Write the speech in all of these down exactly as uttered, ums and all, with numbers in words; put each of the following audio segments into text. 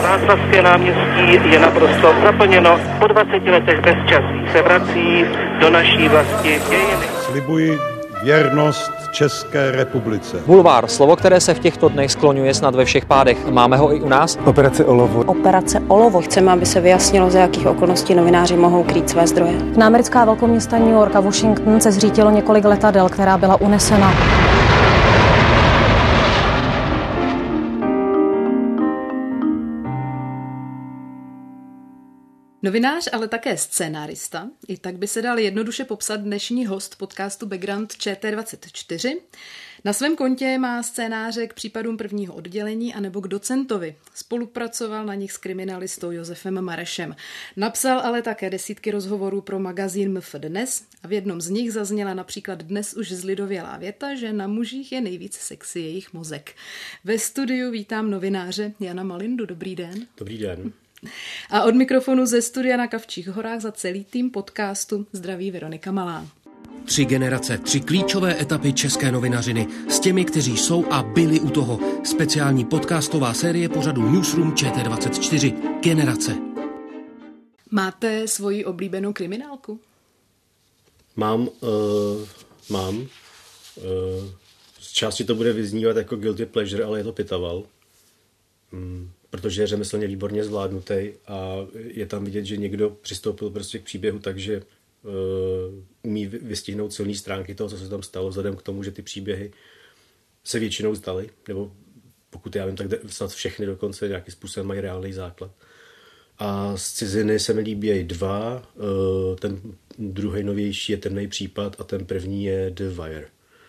Václavské náměstí je naprosto zaplněno. Po dvaceti letech bezčasí se vrací do naší vlasti dějiny. Slibuji věrnost České republice. Bulvár, slovo, které se v těchto dnech skloňuje snad ve všech pádech. Máme ho i u nás? Operace Olovo. Operace Olovo. Chceme, aby se vyjasnilo, za jakých okolností novináři mohou krýt své zdroje. Na americká velkoměsta New York a Washington se zřítilo několik letadel, která byla unesena. Novinář, ale také scénárista. I tak by se dal jednoduše popsat dnešní host podcastu Background Č T dvacet čtyři. Na svém kontě má scénáře k případům prvního oddělení anebo k docentovi. Spolupracoval na nich s kriminalistou Josefem Marešem. Napsal ale také desítky rozhovorů pro magazín M F Dnes a v jednom z nich zazněla například dnes už zlidovělá věta, že na mužích je nejvíc sexy jejich mozek. Ve studiu vítám novináře Jana Malindu. Dobrý den. Dobrý den. A od mikrofonu ze studia na Kavčích horách za celý tým podcastu zdraví Veronika Malá. Tři generace, tři klíčové etapy české novinařiny s těmi, kteří jsou a byli u toho. Speciální podcastová série pořadu Newsroom Č T dvacet čtyři. Generace. Máte svoji oblíbenou kriminálku? Mám, uh, mám. Uh, z části to bude vyznívat jako guilty pleasure, ale je to Pitaval. Hmm. Protože je řemeslně výborně zvládnutý a je tam vidět, že někdo přistoupil prostě k příběhu tak, že uh, umí vystihnout silné stránky toho, co se tam stalo, vzhledem k tomu, že ty příběhy se většinou zdaly, nebo pokud já vím, tak snad všechny dokonce nějakým způsobem mají reálný základ. A z ciziny se mi líbí dva, uh, ten druhý novější je Temný případ a ten první je The Wire.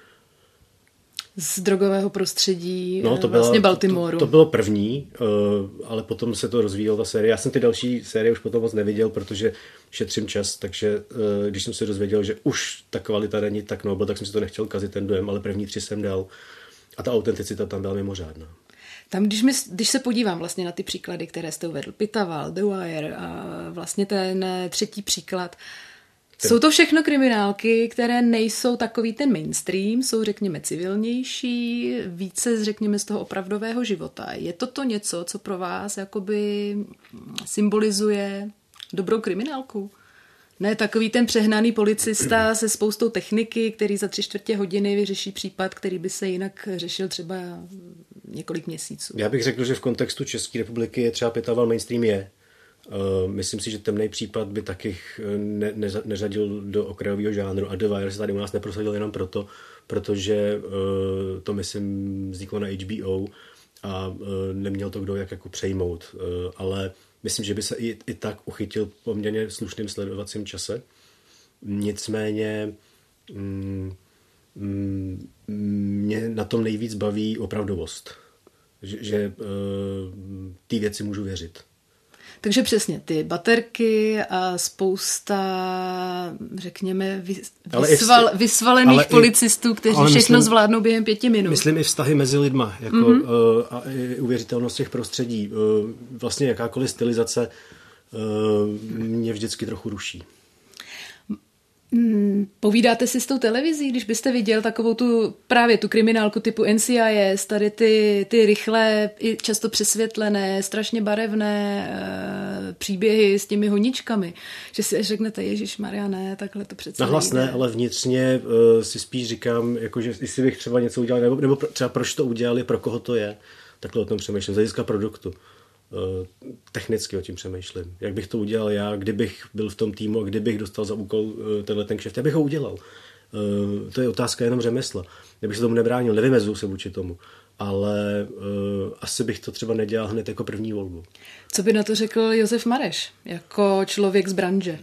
Z drogového prostředí no, to vlastně byla, Baltimoru. To, to bylo první, uh, ale potom se to rozvíjelo ta série. Já jsem ty další série už potom moc neviděl, protože šetřím čas, takže uh, když jsem se dozvěděl, že už ta kvalita není tak nobel, tak jsem si to nechtěl kazit ten dojem, ale první tři jsem dal a ta autenticita tam byla mimořádná. Tam, když, my, když se podívám vlastně na ty příklady, které jste uvedl, Pitaval, The Wire a vlastně ten třetí příklad, jsou to všechno kriminálky, které nejsou takový ten mainstream, jsou řekněme civilnější, více řekněme z toho opravdového života. Je to to něco, co pro vás jakoby symbolizuje dobrou kriminálku? Ne takový ten přehnaný policista se spoustou techniky, který za tři čtvrtě hodiny vyřeší případ, který by se jinak řešil třeba několik měsíců. Já bych řekl, že v kontextu České republiky je třeba Pitaval mainstream je. Uh, myslím si, že Temný případ by taky ne, ne, neřadil do okrajového žánru a The Wire se tady u nás neprosadil jenom proto, protože uh, to myslím vzniklo na H B O a uh, neměl to kdo jak jako přejmout, uh, ale myslím, že by se i, i tak uchytil v poměrně slušným sledovacím čase. Nicméně mm, mm, mě na tom nejvíc baví opravdovost, že, že uh, ty věci můžu věřit. Takže přesně ty baterky a spousta, řekněme, vysval, vysvalených policistů, kteří všechno myslím, zvládnou během pěti minut. Myslím i vztahy mezi lidma jako, mm-hmm. uh, a i uvěřitelnost těch prostředí. Uh, vlastně jakákoliv stylizace uh, mě vždycky trochu ruší. Povídáte si s tou televizí, když byste viděl takovou tu, právě tu kriminálku typu N C I S, tady ty, ty rychlé, často přesvětlené, strašně barevné e, příběhy s těmi honičkami, že si řeknete, ježišmarja, ne, takhle to přece nahlas ne, ale vnitřně e, si spíš říkám, jako, že jestli bych třeba něco udělal, nebo, nebo třeba proč to udělali, pro koho to je, takhle o tom přemýšlím, z hlediska produktu. Technicky o tím přemýšlím. Jak bych to udělal já, kdybych byl v tom týmu a kdybych dostal za úkol tenhle ten kšeft, já bych ho udělal. To je otázka jenom řemesla. Já bych se tomu nebránil, nevymezuju se vůči tomu, ale uh, asi bych to třeba nedělal hned jako první volbu. Co by na to řekl Josef Mareš, jako člověk z branže?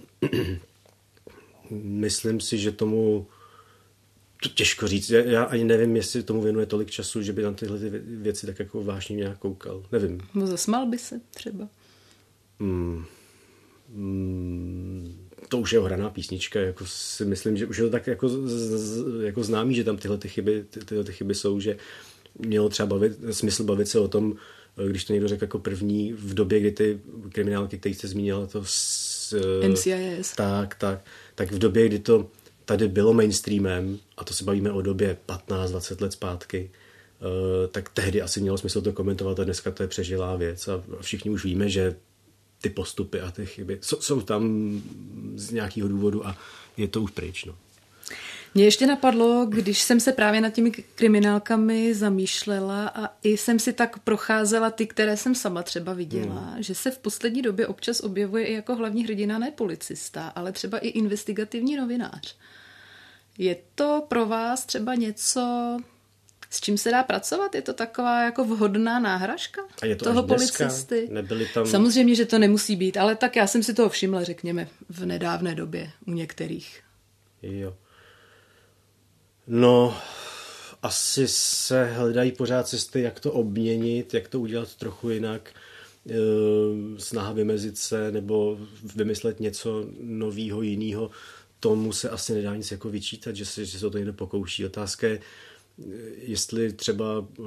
Myslím si, že tomu to těžko říct. Já, já ani nevím, jestli tomu věnuje tolik času, že by na tyhle ty věci tak jako vážně nějak koukal. Nevím. No zasmál by se třeba. Hmm. Hmm. To už je hraná písnička. Jako si myslím, že už je to tak jako, jako známý, že tam tyhle ty chyby, ty, tyhle ty chyby jsou, že mělo třeba bavit, smysl bavit se o tom, když to někdo řekl jako první v době, kdy ty kriminálky, které jste zmínila, to s, N C I S. Tak, tak. Tak v době, kdy to tady bylo mainstreamem, a to se bavíme o době patnáct dvacet let zpátky, tak tehdy asi mělo smysl to komentovat a dneska to je přežilá věc a všichni už víme, že ty postupy a ty chyby jsou, jsou tam z nějakého důvodu a je to už pryč. No. Mě ještě napadlo, když jsem se právě nad těmi kriminálkami zamýšlela a i jsem si tak procházela ty, které jsem sama třeba viděla, hmm. že se v poslední době občas objevuje i jako hlavní hrdina ne policista, ale třeba i investigativní novinář. Je to pro vás třeba něco, s čím se dá pracovat? Je to taková jako vhodná náhražka a je to toho až dneska? policisty? Nebyli tam... Samozřejmě, že to nemusí být, ale tak já jsem si toho všimla, řekněme, v nedávné době u některých. Jo. No, asi se hledají pořád cesty, jak to obměnit, jak to udělat trochu jinak, snaha vymezit se nebo vymyslet něco novýho, jiného. Tomu se asi nedá nic jako vyčítat, že se, že se o to někdo pokouší. Otázka je, jestli třeba uh,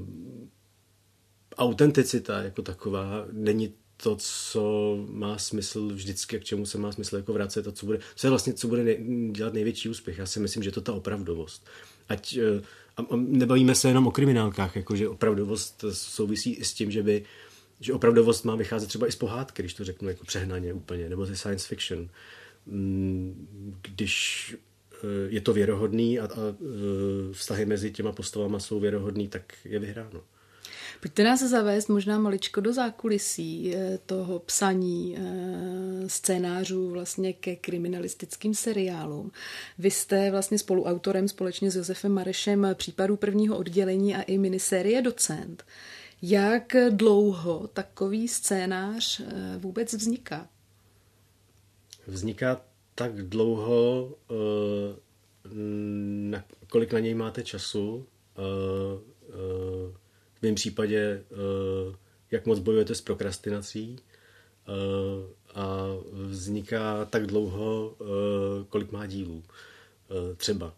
autenticita jako taková není to, co má smysl vždycky, k čemu se má smysl jako vracet a co bude, co je vlastně, co bude nej, dělat největší úspěch. Já si myslím, že to ta opravdovost. Ať, a, a nebavíme se jenom o kriminálkách, jakože opravdovost souvisí i s tím, že by, že opravdovost má vycházet třeba i z pohádky, když to řeknu jako přehnaně úplně, nebo ze science fiction. Když je to věrohodný a, a vztahy mezi těma postavama jsou věrohodný, tak je vyhráno. Pojďte nás zavést možná maličko do zákulisí toho psaní scénářů vlastně ke kriminalistickým seriálům. Vy jste vlastně spoluautorem společně s Josefem Marešem případů prvního oddělení a i minisérie Docent. Jak dlouho takový scénář vůbec vzniká? Vzniká tak dlouho, na, kolik na něj máte času, v mém případě, jak moc bojujete s prokrastinací, a vzniká tak dlouho, kolik má dílů. Třeba.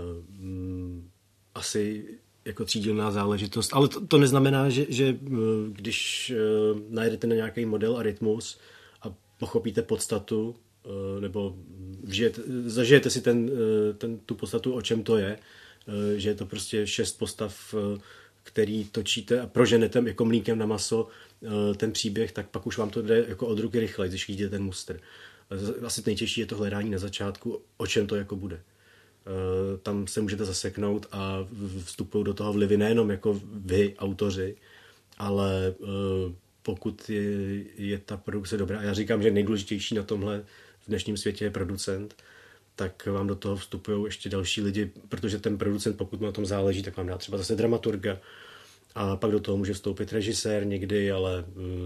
Asi jako třídílná záležitost, ale to, to neznamená, že, že když najedete na nějaký model a rytmus a pochopíte podstatu, nebo vžijete, zažijete si ten, ten, tu podstatu, o čem to je, že je to prostě šest postav, který točíte a proženete jako mlýkem na maso ten příběh, tak pak už vám to jde jako od ruky rychle, když vidíte ten mustr. Asi nejtěžší je to hledání na začátku, o čem to jako bude. Tam se můžete zaseknout a vstupují do toho vlivy nejenom jako vy, autoři, ale pokud je, je ta produkce dobrá. A já říkám, že nejdůležitější na tomhle v dnešním světě je producent, tak vám do toho vstupují ještě další lidi, protože ten producent, pokud mu na tom záleží, tak vám dá třeba zase dramaturga a pak do toho může vstoupit režisér někdy, ale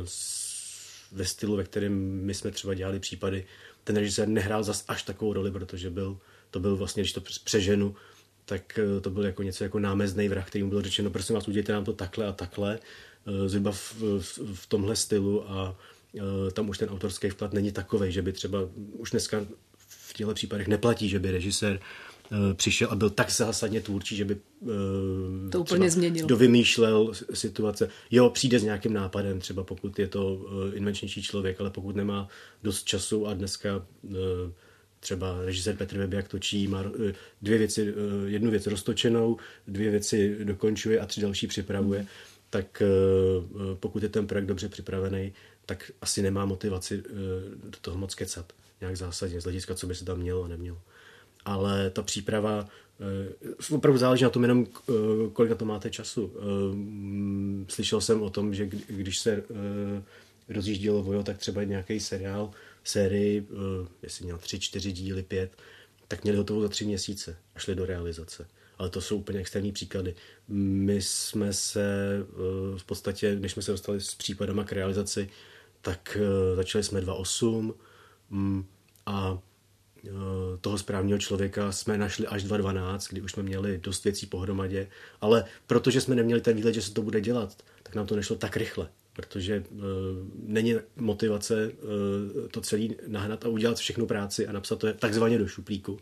ve stylu, ve kterém my jsme třeba dělali případy, ten režisér nehrál zas až takovou roli, protože byl, to byl vlastně, když to přeženu, tak to byl jako něco jako námeznej vrah, kterým bylo řečeno, prosím vás, udějte nám to takhle a takhle, zhruba v, v, v tomhle stylu a tam už ten autorský vklad není takovej, že by třeba už dneska v těchto případech neplatí, že by režisér uh, přišel a byl tak zásadně tvůrčí, že by uh, to úplně změnil. Dovymýšlel situace. Jo, přijde s nějakým nápadem, třeba pokud je to uh, invenčnější člověk, ale pokud nemá dost času a dneska uh, třeba režisér Petr Webiak točí, má uh, dvě věci, uh, jednu věc roztočenou, dvě věci dokončuje a tři další připravuje, mm. tak uh, pokud je ten projekt dobře připravený, tak asi nemá motivaci uh, do toho moc kecat. Nějak zásadně, z hlediska, co by se tam mělo a nemělo. Ale ta příprava, eh, opravdu záleží na tom jenom, eh, kolik na to máte času. Eh, slyšel jsem o tom, že kdy, když se eh, rozjíždělo Vojo, tak třeba nějaký seriál, sérii, eh, jestli měl tři, čtyři díly, pět, tak měli hotovou za tři měsíce a šli do realizace. Ale to jsou úplně extrémní příklady. My jsme se eh, v podstatě, když jsme se dostali s případama k realizaci, tak eh, začali jsme dva osm, a toho správného člověka jsme našli až dva dvanáct, kdy už jsme měli dost věcí pohromadě, ale protože jsme neměli ten výhled, že se to bude dělat, tak nám to nešlo tak rychle, protože uh, není motivace uh, to celý nahnat a udělat všechnu práci a napsat to takzvaně do šuplíku. Uh,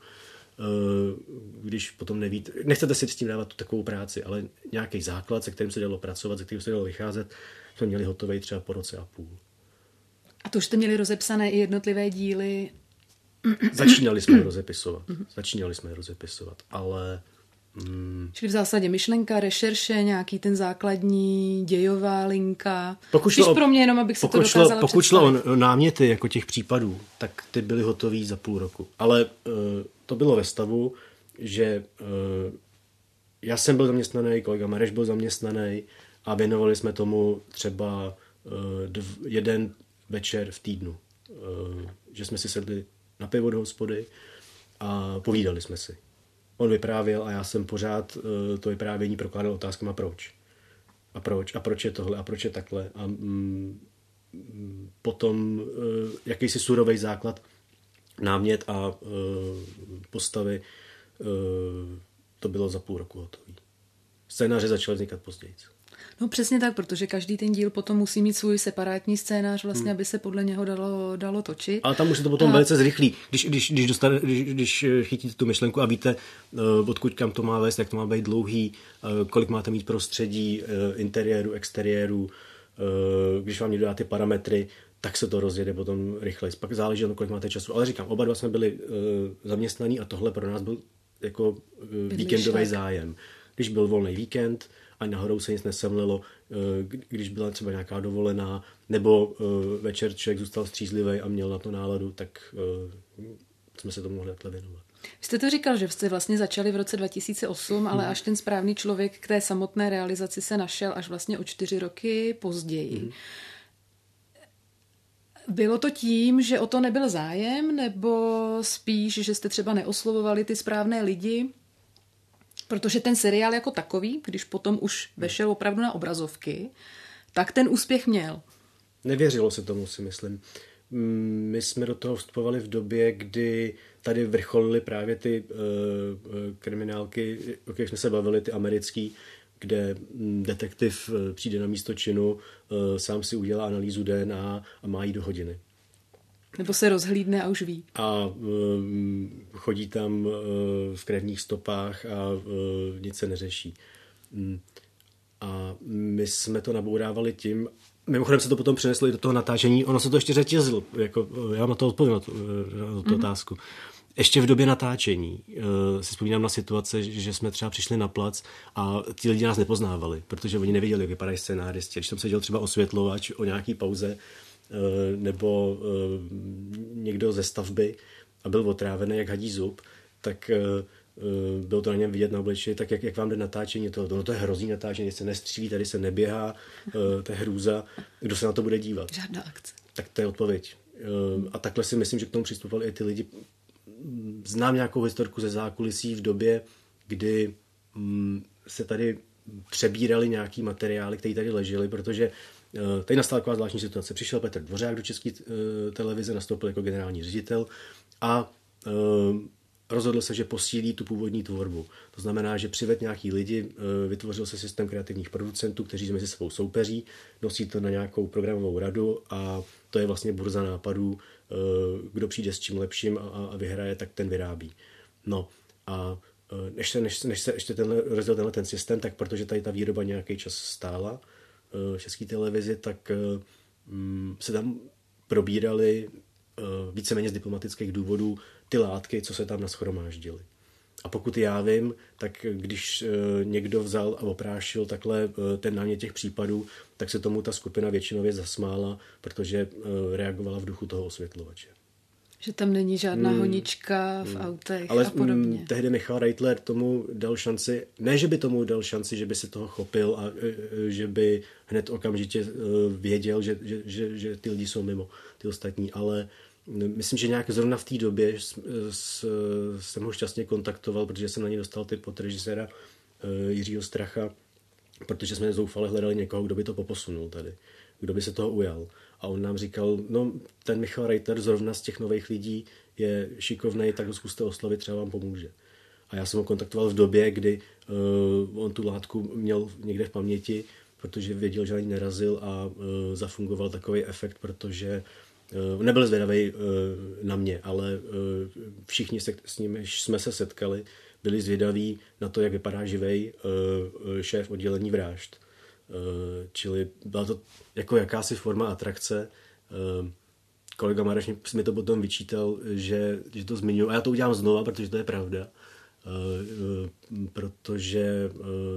když potom nevíte, nechcete si s tím dávat tu takovou práci, ale nějaký základ, se kterým se dalo pracovat, se kterým se dalo vycházet, jsme měli hotový třeba po roce a půl. A to už jste měli rozepsané i jednotlivé díly? Začínali jsme rozepisovat. Začínali jsme rozepisovat, ale Hmm. Čili v zásadě myšlenka, rešerše, nějaký ten základní dějová linka. Pokud Spíš šlo, pro mě jenom, abych se to pokud dokázala šlo, Pokud šlo představit. o náměty jako těch případů, tak ty byly hotový za půl roku. Ale uh, to bylo ve stavu, že uh, já jsem byl zaměstnaný, kolega Mareš byl zaměstnaný a věnovali jsme tomu třeba uh, dv, jeden večer v týdnu. Uh, že jsme si sedli na pivo do hospody a povídali jsme si. On vyprávěl a já jsem pořád uh, to vyprávění prokládal otázkama proč. A proč? A proč je tohle? A proč je takhle? A mm, potom uh, jakýsi surovej základ, námět a uh, postavy, uh, to bylo za půl roku hotový. Scénáře začaly vznikat později. No přesně tak, protože každý ten díl potom musí mít svůj separátní scénář, vlastně, hmm. aby se podle něho dalo, dalo točit. Ale tam už je to potom a... velice zrychlý. Když, když, když, dostane, když, když chytíte tu myšlenku a víte, uh, odkud kam to má vést, jak to má být dlouhý, uh, kolik máte mít prostředí, uh, interiéru, exteriéru, uh, když vám někdo dá ty parametry, tak se to rozjede potom rychleji. Pak záleží na tom, kolik máte času. Ale říkám, oba dva jsme byli uh, zaměstnaní a tohle pro nás byl jako uh, víkendový zájem. Když byl volný víkend, ani náhodou se nic nesemlilo, když byla třeba nějaká dovolená, nebo večer člověk zůstal střízlivý a měl na to náladu, tak jsme se tomu mohli takhle věnovat. Vy jste to říkal, že jste vlastně začali v roce dva tisíce osm, ale až ten správný člověk k té samotné realizaci se našel až vlastně o čtyři roky později. Hmm. Bylo to tím, že o to nebyl zájem, nebo spíš, že jste třeba neoslovovali ty správné lidi? Protože ten seriál jako takový, když potom už vešel opravdu na obrazovky, tak ten úspěch měl. Nevěřilo se tomu, si myslím. My jsme do toho vstupovali v době, kdy tady vrcholily právě ty uh, kriminálky, o kterých jsme se bavili, ty americký, kde detektiv přijde na místo činu, uh, sám si udělá analýzu D N A a má jí do hodiny. Nebo se rozhlídne a už ví. A um, chodí tam uh, v krevních stopách a uh, nic se neřeší. Um, a my jsme to nabourávali tím, mimochodem se to potom přeneslo i do toho natáčení, ono se to ještě řetězilo, jako, já na to odpovím, na tu, na tu mm-hmm. otázku. Ještě v době natáčení uh, si vzpomínám na situace, že jsme třeba přišli na plac a ti lidi nás nepoznávali, protože oni nevěděli, jak vypadají scénáristi. Když tam seděl třeba osvětlovač o nějaký pauze, nebo uh, někdo ze stavby a byl otrávený jak hadí zub, tak uh, bylo to na něm vidět na obličeji, tak jak, jak vám jde natáčení, to, no, to je hrozný natáčení, se nestřílí, tady se neběhá, uh, to je hrůza, kdo se na to bude dívat? Žádná akce. Tak to je odpověď. Uh, a takhle si myslím, že k tomu přistupovali i ty lidi. Znám nějakou historku ze zákulisí v době, kdy um, se tady přebírali nějaký materiály, které tady ležely, protože tady nastala taková zvláštní situace. Přišel Petr Dvořák do České televize, nastoupil jako generální ředitel a rozhodl se, že posílí tu původní tvorbu. To znamená, že přived nějaký lidi, vytvořil se systém kreativních producentů, kteří mezi sebou soupeří, nosí to na nějakou programovou radu a to je vlastně burza nápadů, kdo přijde s čím lepším a vyhraje, tak ten vyrábí. No a než se, než, než se ještě tenhle, rozděl tenhle ten systém, tak protože tady ta výroba nějaký čas stála v České televizi, tak um, se tam probírali uh, víceméně z diplomatických důvodů ty látky, co se tam nashromáždily. A pokud já vím, tak když uh, někdo vzal a oprášil takhle uh, ten námět těch případů, tak se tomu ta skupina většinově zasmála, protože uh, reagovala v duchu toho osvětlovače. Že tam není žádná hmm. honička v autech ale a podobně. Ale tehdy Michal Reitler tomu dal šanci, ne, že by tomu dal šanci, že by se toho chopil a že by hned okamžitě věděl, že, že, že, že ty lidi jsou mimo, ty ostatní, ale myslím, že nějak zrovna v té době jsem ho šťastně kontaktoval, protože jsem na něj dostal tip od režiséra Jiřího Stracha, protože jsme zoufale hledali někoho, kdo by to poposunul tady, kdo by se toho ujal. A on nám říkal, no ten Michal Reiter zrovna z těch nových lidí je šikovnej, tak ho zkuste oslovit, třeba vám pomůže. A já jsem ho kontaktoval v době, kdy uh, on tu látku měl někde v paměti, protože věděl, že na ní nerazil a uh, zafungoval takový efekt, protože uh, nebyl zvědavý uh, na mě, ale uh, všichni se, s nimi jsme se setkali, byli zvědaví na to, jak vypadá živej uh, šéf oddělení vražd. Čili byla to jako jakási forma atrakce. Kolega Mareš mi to potom vyčítal, že, že to zmiňuji. A já to udělám znova, protože to je pravda. protože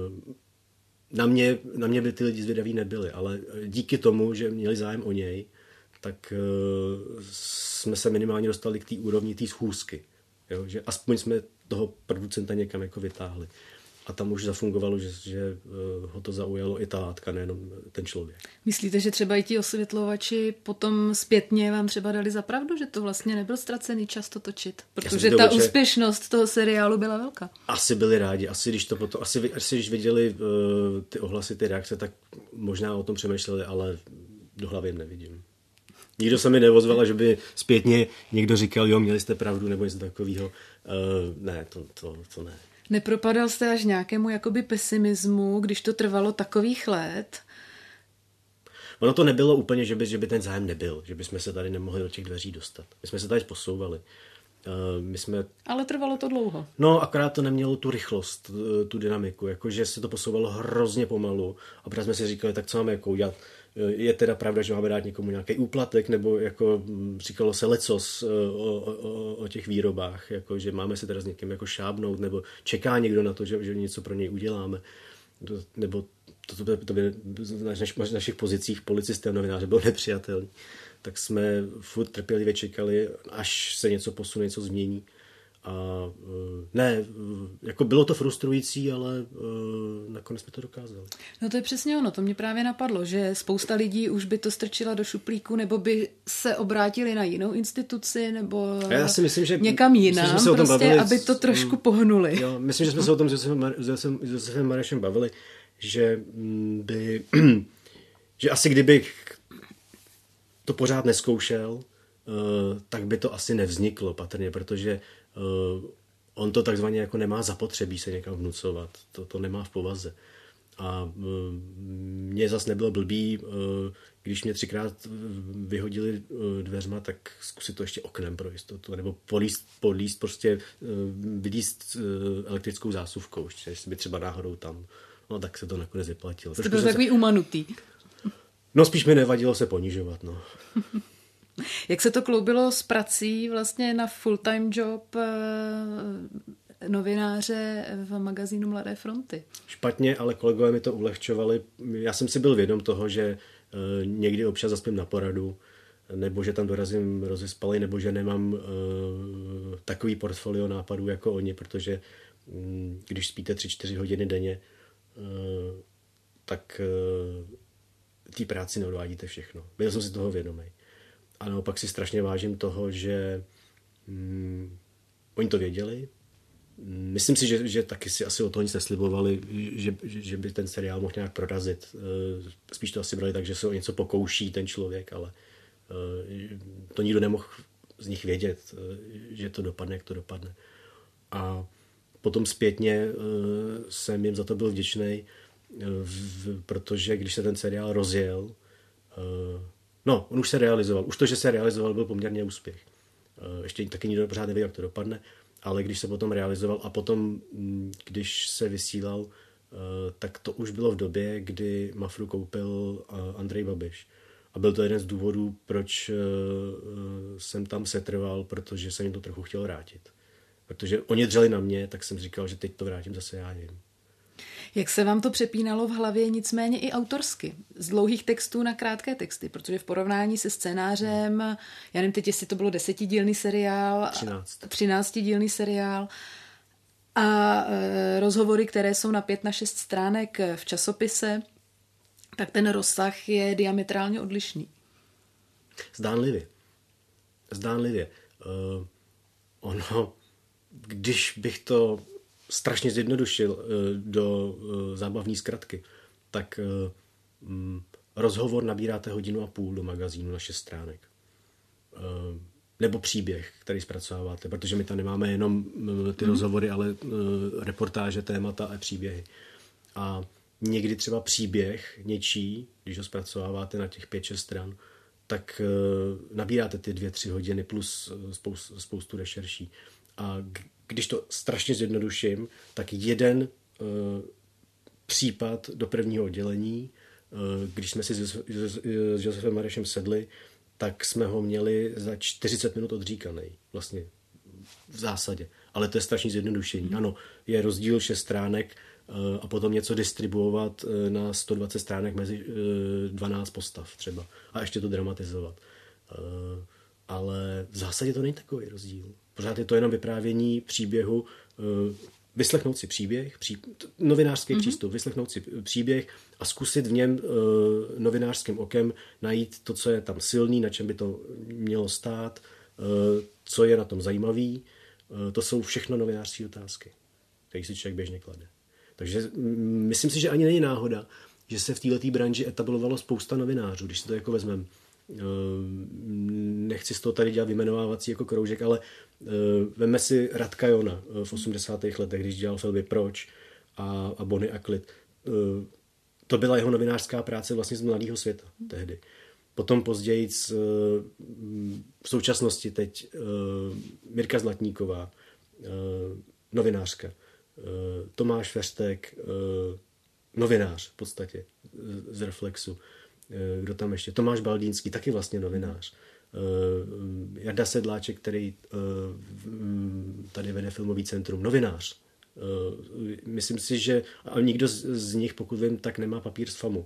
na mě, na mě by ty lidi zvědaví nebyli, ale díky tomu, že měli zájem o něj, tak jsme se minimálně dostali k té úrovni té schůzky. Jo? Že aspoň jsme toho producenta někam jako vytáhli. A tam už zafungovalo, že, že ho to zaujalo i ta látka, nejenom ten člověk. Myslíte, že třeba i ti osvětlovači potom zpětně vám třeba dali za pravdu, že to vlastně nebyl ztracený čas to točit? Protože ta večer... úspěšnost toho seriálu byla velká. Asi byli rádi. Asi když, to potom, asi, asi když viděli uh, ty ohlasy, ty reakce, tak možná o tom přemýšleli, ale do hlavy jim nevidím. Nikdo se mi neozval, že by zpětně někdo říkal, jo, měli jste pravdu, nebo něco takového. Uh, ne, to, to, to ne. Nepropadal jste až nějakému jakoby pesimismu, když to trvalo takových let? Ono to nebylo úplně, že by, že by ten zájem nebyl, že bychom se tady nemohli do těch dveří dostat. My jsme se tady posouvali. Uh, my jsme... Ale trvalo to dlouho. No, akorát to nemělo tu rychlost, tu dynamiku, jakože se to posouvalo hrozně pomalu a protože jsme si říkali, tak co máme jako udělat? Je teda pravda, že máme dát někomu nějaký úplatek, nebo jako říkalo se lecos o, o, o těch výrobách, jako že máme se teda s někým jako šábnout, nebo čeká někdo na to, že, že něco pro něj uděláme, nebo to, to, to by na naš, našich pozicích policisté a novináře bylo nepřijatelné. Tak jsme furt trpělivě čekali, až se něco posune, něco změní. A ne, jako bylo to frustrující, ale nakonec jsme to dokázali. No to je přesně ono, to mě právě napadlo, že spousta lidí už by to strčila do šuplíku, nebo by se obrátili na jinou instituci, nebo já si myslím, že, někam jinam, myslím, prostě, bavili, aby to trošku pohnuli. Jo, myslím, že jsme se o tom s Josefem Marešem bavili, že by, že asi kdybych to pořád neskoušel, tak by to asi nevzniklo patrně, protože Uh, on to takzvaně jako nemá zapotřebí se někam vnucovat. To, to nemá v povaze. A uh, mně zas nebylo blbý, uh, když mě třikrát vyhodili uh, dveřma, tak zkusit to ještě oknem pro jistotu. Nebo políst, políst prostě uh, vylíst uh, elektrickou zásuvkou, jestli by třeba náhodou tam. No tak se to nakonec vyplatilo. Jste byl takový se... umanutý. No spíš mi nevadilo se ponižovat, no. Jak se to kloubilo s prací vlastně na full-time job novináře v magazínu Mladé fronty? Špatně, ale kolegové mi to ulehčovali. Já jsem si byl vědom toho, že někdy občas zaspím na poradu, nebo že tam dorazím rozespalej, nebo že nemám takový portfolio nápadů jako oni, protože když spíte tři čtyři hodiny denně, tak té práci neodvádíte všechno. Byl jsem si toho vědomý. A naopak si strašně vážím toho, že mm, oni to věděli. Myslím si, že, že taky si asi o toho nic neslibovali, že, že by ten seriál mohl nějak prorazit. Spíš to asi brali tak, že se o něco pokouší ten člověk, ale to nikdo nemohl z nich vědět, že to dopadne, jak to dopadne. A potom zpětně jsem jim za to byl vděčný, protože když se ten seriál rozjel, no, on už se realizoval. Už to, že se realizoval, byl poměrně úspěch. Ještě taky nikdo pořád nevěděl, jak to dopadne, ale když se potom realizoval a potom, když se vysílal, tak to už bylo v době, kdy Mafru koupil Andrej Babiš. A byl to jeden z důvodů, proč jsem tam setrval, protože jsem jim to trochu chtěl vrátit. Protože oni dřeli na mě, tak jsem říkal, že teď to vrátím zase já jim. Jak se vám to přepínalo v hlavě, nicméně i autorsky? Z dlouhých textů na krátké texty, protože v porovnání se scénářem, já nevím teď, jestli to bylo desetidílný seriál, třináctidílný seriál a e, rozhovory, které jsou na pět na šest stránek v časopise, tak ten rozsah je diametrálně odlišný. Zdánlivě. Zdánlivě. Uh, ono, když bych to strašně zjednodušil do zábavní zkratky, tak rozhovor nabíráte hodinu a půl do magazínu na šest stránek. Nebo příběh, který zpracováváte, protože my tam nemáme jenom ty rozhovory, ale reportáže, témata a příběhy. A někdy třeba příběh něčí, když ho zpracováváte na těch pět šest stran, tak nabíráte ty dvě, tři hodiny plus spoustu, spoustu rešerší. A když to strašně zjednoduším, tak jeden uh, případ do prvního oddělení, uh, když jsme si s, s, s Josefem Marešem sedli, tak jsme ho měli za čtyřicet minut odříkanej, vlastně v zásadě. ale to je strašný zjednodušení. Mm. Ano, je rozdíl šest stránek a potom něco distribuovat na sto dvacet stránek mezi dvanáct postav třeba a ještě to dramatizovat. Ale v zásadě to není takový rozdíl. Pořád je to jenom vyprávění příběhu, vyslechnout si příběh, pří, novinářský mm-hmm. přístup, vyslechnout si příběh a zkusit v něm novinářským okem najít to, co je tam silný, na čem by to mělo stát, co je na tom zajímavý. To jsou všechno novinářské otázky, které si člověk běžně klade. Takže myslím si, že ani není náhoda, že se v této branži etablovalo spousta novinářů, když si to jako vezmeme. Nechci z toho tady dělat vyjmenovávací jako kroužek, ale veme si Radka Jona v osmdesátých letech, když dělal filmy Proč a, a Bonnie a Clyde. To byla jeho novinářská práce vlastně z mladého světa tehdy. Potom později v současnosti teď Mirka Zlatníková, novinářka, Tomáš Feřtek, novinář v podstatě z Reflexu. Kdo tam ještě? Tomáš Baldýnský, taky vlastně novinář. Jarda Sedláček, který tady vede Filmový centrum, novinář. Myslím si, že ale nikdo z nich, pokud vím, tak nemá papír z FAMu.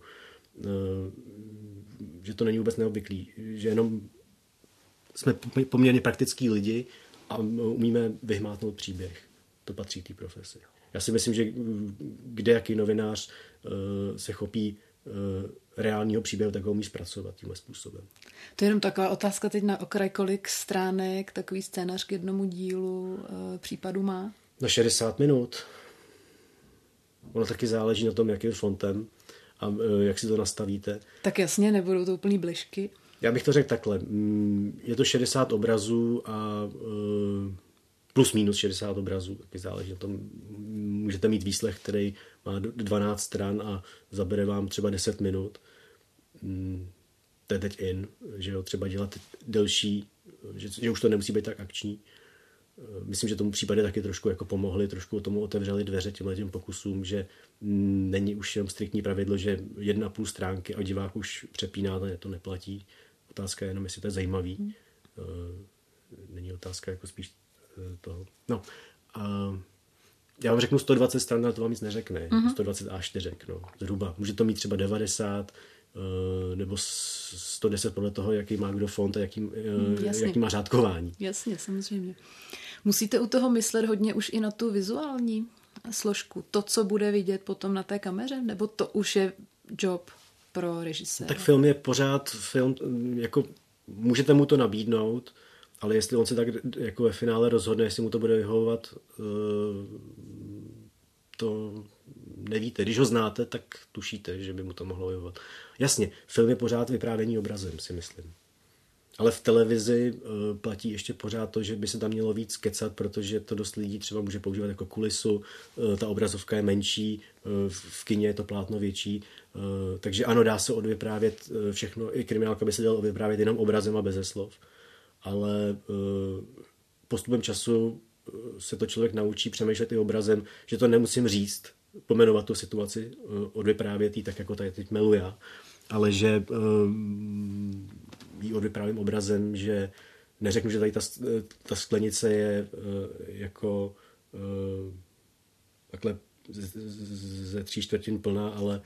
Že to není vůbec neobvyklý. Že jenom jsme poměrně praktický lidi a umíme vyhmátnout příběh. To patří k té profesi. Já si myslím, že kde jaký novinář se chopí reálního příběhu, tak ho umí zpracovat tímhle způsobem. To je jenom taková otázka teď na okraj, kolik stránek takový scénář k jednomu dílu e, případu má? Na šedesát minut. Ono taky záleží na tom, jakým fontem a e, jak si to nastavíte. Tak jasně, nebudou to úplný bližky. Já bych to řekl takhle. Je to šedesát obrazů a e, plus minus šedesát obrazů, taky záleží na tom. Můžete mít výslech, který má dvanáct stran a zabere vám třeba deset minut. To je teď in, že jo, třeba dělat delší, že, že už to nemusí být tak akční. Myslím, že tomu případě taky trošku jako pomohli, trošku tomu otevřeli dveře těmhle těm pokusům, že není už jenom striktní pravidlo, že jedna půl stránky a divák už přepíná, to neplatí. Otázka je jenom, jestli to je zajímavý. Hmm. Není otázka jako spíš toho. No, a já vám řeknu sto dvacet stran, ale to vám nic neřekne. Mm-hmm. sto dvacet á čtyři, no, zhruba. Může to mít třeba devadesát nebo sto deset podle toho, jaký má kdo font a jaký, mm, jaký má řádkování. Jasně, samozřejmě. Musíte u toho myslet hodně už i na tu vizuální složku. To, co bude vidět potom na té kameře? Nebo to už je job pro režiséra? Tak film je pořád film, jako můžete mu to nabídnout, ale jestli on se tak jako ve finále rozhodne, jestli mu to bude vyhovovat, to nevíte. Když ho znáte, tak tušíte, že by mu to mohlo vyhovovat. Jasně, film je pořád vyprávění obrazem, si myslím. Ale v televizi platí ještě pořád to, že by se tam mělo víc kecat, protože to dost lidí třeba může používat jako kulisu, ta obrazovka je menší, v kině je to plátno větší, takže ano, dá se odvyprávět všechno, i kriminálka by se dalo odvyprávět jenom obrazem a beze slov. Ale postupem času se to člověk naučí přemýšlet i obrazem, že to nemusím říct, pomenovat tu situaci, odvyprávět ji tak, jako tady teď melu já, ale že ji odvyprávím obrazem, že neřeknu, že tady ta, ta sklenice je jako takhle ze tří čtvrtin plná, ale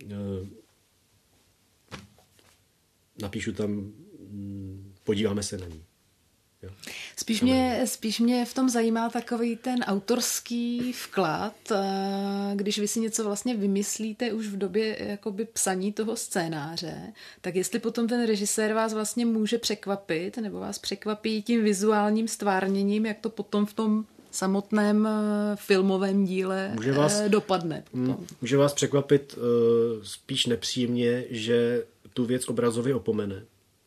napíšu tam podíváme se na ní. Jo. Spíš mě, spíš mě v tom zajímá takový ten autorský vklad, když vy si něco vlastně vymyslíte už v době jakoby psaní toho scénáře, tak jestli potom ten režisér vás vlastně může překvapit, nebo vás překvapí tím vizuálním stvárněním, jak to potom v tom samotném filmovém díle může vás, dopadne. Potom. Může vás překvapit uh, spíš nepříjemně, že tu věc obrazově opomene.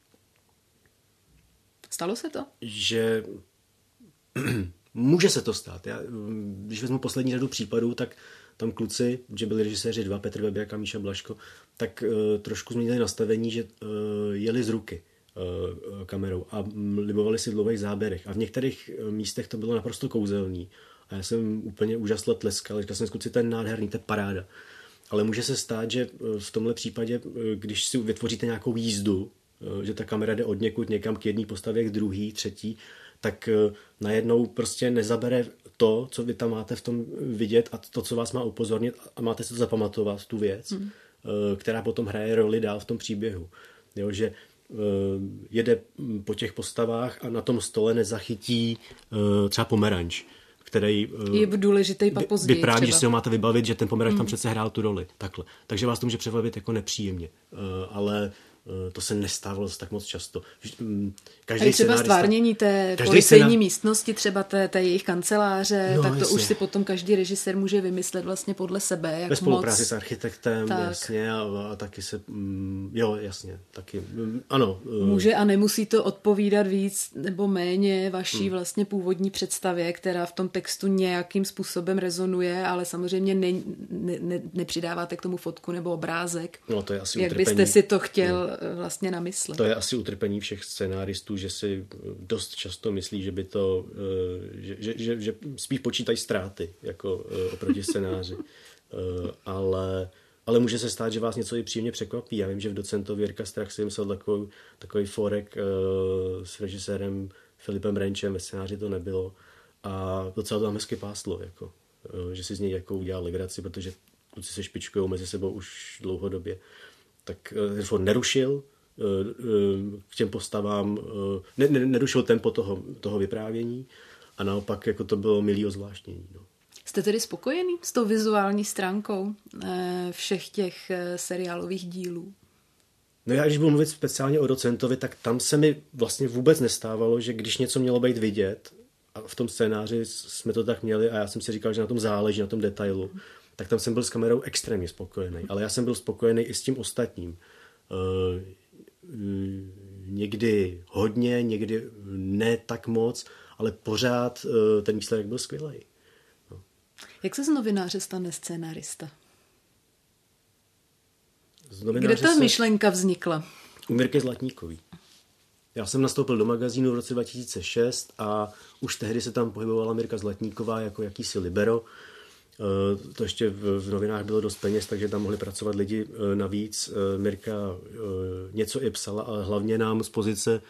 Stalo se to? Že může se to stát. Já, když vezmu poslední řadu případů, tak tam kluci, že byli režiséři dva, Petr Bebiak a Míša Blaško, tak uh, trošku změnili nastavení, že uh, jeli z ruky uh, kamerou a libovali si v dlouhých záběrech. A v některých místech to bylo naprosto kouzelný. A já jsem úplně úžasle tleskal. Říkal jsem, kluci, to je nádherný, to je paráda. Ale může se stát, že v tomhle případě, když si vytvoříte nějakou jízdu, že ta kamera jde od někud někam k jedné postavě, k druhý, třetí, tak najednou prostě nezabere to, co vy tam máte v tom vidět a to, co vás má upozornit a máte si to zapamatovat, tu věc, hmm. která potom hraje roli dál v tom příběhu. Jo, že jede po těch postavách a na tom stole nezachytí třeba pomeranč, který je důležitý pak později. Vypráví, že si ho máte vybavit, že ten pomeranč hmm. tam přece hrál tu roli. Takhle. Takže vás to může překvapit jako nepříjemně. Ale to se nestávalo tak moc často. Každý a třeba stvárnění té policejní scéna... místnosti, třeba té, té jejich kanceláře, no, tak to jasně. Už si potom každý režisér může vymyslet vlastně podle sebe. Jak ve spolupráci moc... s architektem, tak. Jasně, a, a taky se, jo, jasně, taky, ano. Může a nemusí to odpovídat víc nebo méně vaší hmm. vlastně původní představě, která v tom textu nějakým způsobem rezonuje, ale samozřejmě ne, ne, ne, nepřidáváte k tomu fotku nebo obrázek. No, to je asi jak utrpení. byste si to chtěl hmm. vlastně namyslet. To je asi utrpení všech scénáristů, že si dost často myslí, že by to, že, že, že, že spíš počítají ztráty jako oproti scénáři. ale, ale může se stát, že vás něco i příjemně překvapí. Já vím, že v Docentovi Jirka Strach si myslel takový, takový forek s režisérem Filipem Renčem, ve scénáři to nebylo a docela to tam hezky páslo, jako, že si z něj jako udělal legraci, protože kluci se špičkujou mezi sebou už dlouhodobě. Tak ten for nerušil k těm postavám, ne, ne, nerušil tempo toho, toho vyprávění a naopak jako to bylo milý ozvláštnění. No. Jste tedy spokojený s tou vizuální stránkou všech těch seriálových dílů? No já, když budu mluvit speciálně o Docentovi, tak tam se mi vlastně vůbec nestávalo, že když něco mělo být vidět, a v tom scénáři jsme to tak měli a já jsem si říkal, že na tom záleží, na tom detailu, tak tam jsem byl s kamerou extrémně spokojený. Ale já jsem byl spokojený i s tím ostatním. Někdy hodně, někdy ne tak moc, ale pořád ten výsledek byl skvělý. No. Jak se z novináře stane scénárista? Kde ta se... myšlenka vznikla? U Mirky Zlatníkový. Já jsem nastoupil do magazínu v roce dva tisíce šest a už tehdy se tam pohybovala Mirka Zlatníková jako jakýsi libero. To ještě v novinách bylo dost peněz, takže tam mohli pracovat lidi navíc. Mirka něco i psala, ale hlavně nám z pozice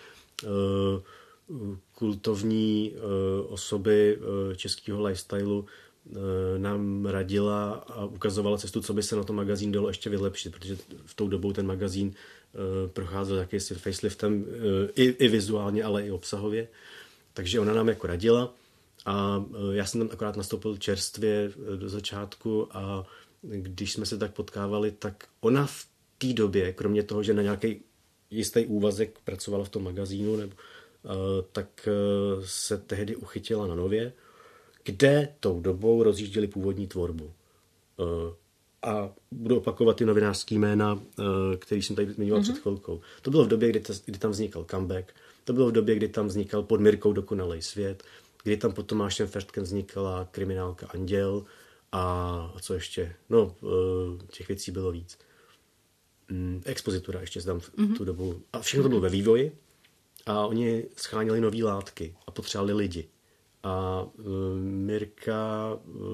kultovní osoby českého lifestylu nám radila a ukazovala cestu, co by se na tom magazín dalo ještě vylepšit, protože v tou dobou ten magazín procházel jakýsi faceliftem i, i vizuálně, ale i obsahově. Takže ona nám jako radila. A já jsem tam akorát nastoupil čerstvě do začátku a když jsme se tak potkávali, tak ona v té době, kromě toho, že na nějaký jistý úvazek pracovala v tom magazínu, nebo, tak se tehdy uchytila na Nově, kde tou dobou rozjížděli původní tvorbu. A budu opakovat ty novinářský jména, který jsem tady zmiňoval mm-hmm. před chvilkou. To bylo v době, kdy, ta, kdy tam vznikal Comeback, to bylo v době, kdy tam vznikal Pod Mirkou dokonalej svět, kdy tam pod Tomášem Ferštkem vznikala kriminálka Anděl a co ještě? No, těch věcí bylo víc. Expozitura ještě tam v mm-hmm. tu dobu. A všechno to bylo ve vývoji a oni scháněli nový látky a potřebovali lidi. A Mirka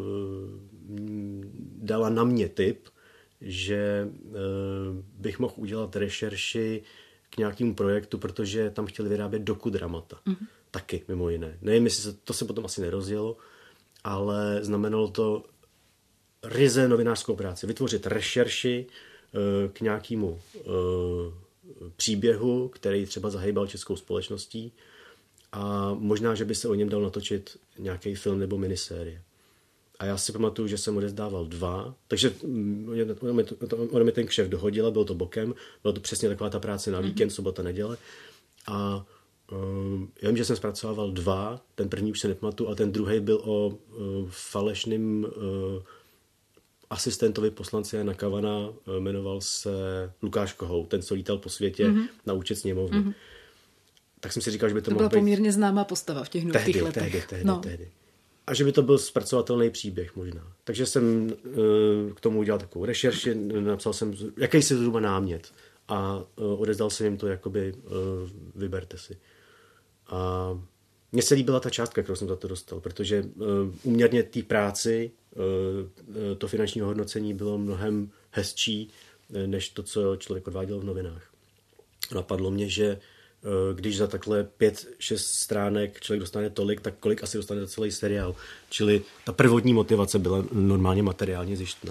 dala na mě tip, že bych mohl udělat rešerši k nějakému projektu, protože tam chtěli vyrábět dokudramata. Mm-hmm. Taky, mimo jiné. Nevím, jestli se, to se potom asi nerozjelo, ale znamenalo to ryze novinářskou práci. Vytvořit rešerši uh, k nějakému uh, příběhu, který třeba zahýbal českou společností a možná, že by se o něm dal natočit nějaký film nebo minisérie. A já si pamatuju, že jsem odezdával dva, takže ona mi ten kšeft dohodila, bylo to bokem, bylo to přesně taková ta práce na víkend, sobota, neděle. A um, já vím, že jsem zpracovával dva, ten první už se nepamatuju, ale ten druhý byl o uh, falešným uh, asistentovi poslance Jana Kavana, uh, jmenoval se Lukáš Kohout, ten, co lítal po světě mm-hmm. na účet sněmovny. Mm-hmm. Tak jsem si říkal, že by to, to mohlo být... To byla poměrně známá postava v těch nultých letech. Tehdy, tehdy, no. tehdy. A že by to byl zpracovatelný příběh možná. Takže jsem uh, k tomu udělal takovou rešerši, napsal jsem jakýsi zhruba námět a uh, odezdal jsem jim to, jakoby uh, vyberte si. A mně se líbila ta částka, kterou jsem za to dostal, protože uh, uměrně té práci uh, to finanční hodnocení bylo mnohem hezčí, než to, co člověk odváděl v novinách. Napadlo mě, že když za takhle pět, šest stránek člověk dostane tolik, tak kolik asi dostane za celý seriál. Čili ta prvotní motivace byla normálně materiálně zjištná.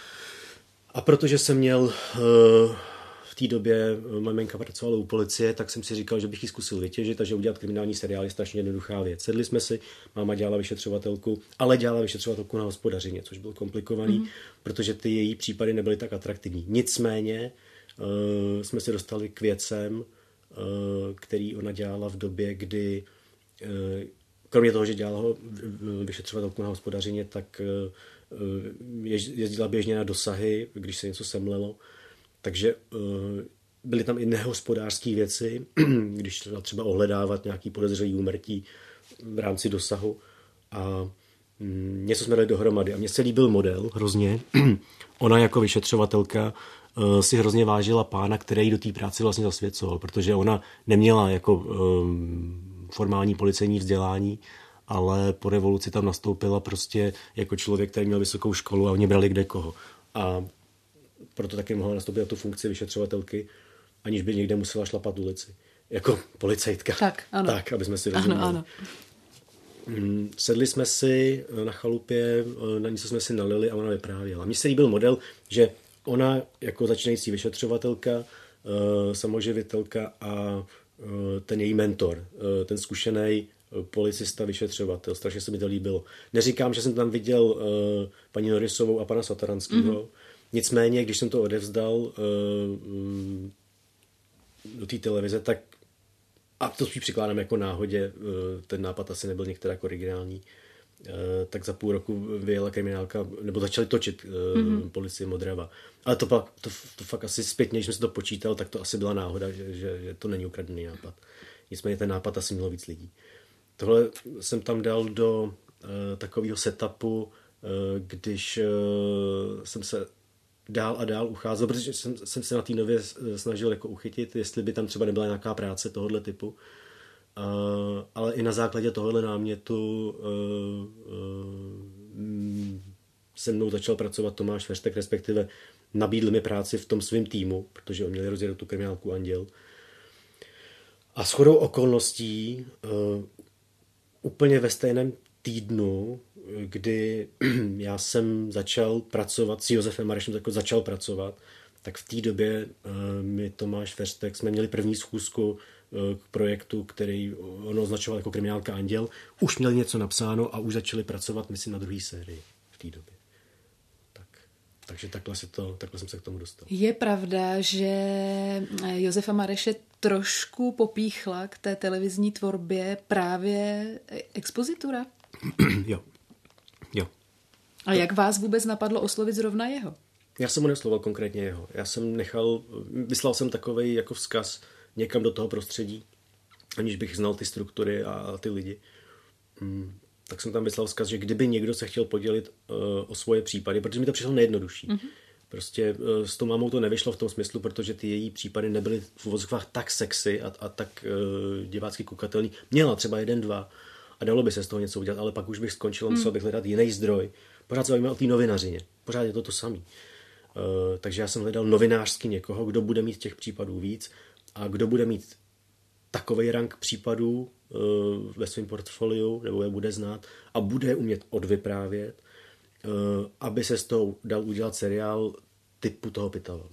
A protože jsem měl v té době, maminka pracovala u policie, tak jsem si říkal, že bych ji zkusil vytěžit a že udělat kriminální seriál je strašně jednoduchá věc. Sedli jsme si, máma dělala vyšetřovatelku, ale dělala vyšetřovatelku na hospodařině, což bylo komplikovaný, mm. protože ty její případy nebyly tak atraktivní. Nicméně uh, jsme se dostali k věcem, uh, který ona dělala v době, kdy uh, kromě toho, že dělala vyšetřovatelku na hospodařině, tak uh, jezdila běžně na dosahy, když se něco semlelo. Takže uh, byly tam i nehospodářské věci, když třeba ohledávat nějaký podezřelý úmrtí v rámci dosahu. A mm, něco jsme dali dohromady. A mně se líbil model hrozně. Ona jako vyšetřovatelka uh, si hrozně vážila pána, který do té práce vlastně zasvěcoval, protože ona neměla jako um, formální policejní vzdělání, ale po revoluci tam nastoupila prostě jako člověk, který měl vysokou školu a oni brali kde koho. A proto taky mohla nastoupit na tu funkci vyšetřovatelky, aniž by někde musela šlapat ulici. Jako policajtka. Tak, ano. Tak, aby jsme si rozuměli. Ano, ano. Sedli jsme si na chalupě, na něco jsme si nalili a ona vyprávěla. Mně se líbil model, že ona jako začínající vyšetřovatelka, samoživitelka a ten její mentor, ten zkušený policista, vyšetřovatel. Strašně se mi to líbilo. Neříkám, že jsem tam viděl paní Norisovou a pana Sataranského, mm-hmm. Nicméně, když jsem to odevzdal uh, um, do té televize, tak a to spíš přikládám jako náhodě, uh, ten nápad asi nebyl některak originální, uh, tak za půl roku vyjela kriminálka, nebo začali točit uh, mm-hmm. Policie Modrava. Ale to, pak, to, to fakt asi zpětně, když jsem si to počítal, tak to asi byla náhoda, že, že, že to není ukradený nápad. Nicméně ten nápad asi mělo víc lidí. Tohle jsem tam dal do uh, takového setupu, uh, když uh, jsem se dál a dál ucházel, protože jsem, jsem se na té nově snažil jako uchytit, jestli by tam třeba nebyla nějaká práce tohohle typu. Uh, ale i na základě tohohle námětu uh, uh, se mnou začal pracovat Tomáš Verstek, respektive nabídl mi práci v tom svém týmu, protože oni měli rozjedou tu kriminálku Anděl. A shodou okolností uh, úplně ve stejném týdnu, kdy já jsem začal pracovat, s Josefem Marešem jako začal pracovat, tak v té době uh, mi Tomáš Verstek, jsme měli první schůzku uh, k projektu, který on označoval jako kriminálka Anděl. Už měli něco napsáno a už začali pracovat, myslím, na druhé sérii v té době. Tak, takže takhle, se to, takhle jsem se k tomu dostal. Je pravda, že Josefa Mareše trošku popíchla k té televizní tvorbě právě expozitura? Jo. Jo. A jak vás vůbec napadlo oslovit zrovna jeho? Já jsem mu neoslovoval konkrétně jeho. Já jsem nechal, vyslal jsem takovej jako vzkaz někam do toho prostředí, aniž bych znal ty struktury a ty lidi. Hmm. Tak jsem tam vyslal vzkaz, že kdyby někdo se chtěl podělit uh, o svoje případy, protože mi to přišlo nejjednodušší. Mm-hmm. Prostě uh, s tou mámou to nevyšlo v tom smyslu, protože ty její případy nebyly v uvozovkách tak sexy a, a tak uh, divácky koukatelný. Měla třeba jeden, dva a dalo by se z toho něco udělat, ale pak už bych skončil, mm. musel bych hledat jiný zdroj. Pořád se bavíme o té novinařině. Pořád je to to samé. Uh, takže já jsem hledal novinářsky někoho, kdo bude mít těch případů víc a kdo bude mít takovej rank případů uh, ve svém portfoliu, nebo je bude znát a bude umět odvyprávět, uh, aby se z toho dal udělat seriál typu toho Pitava.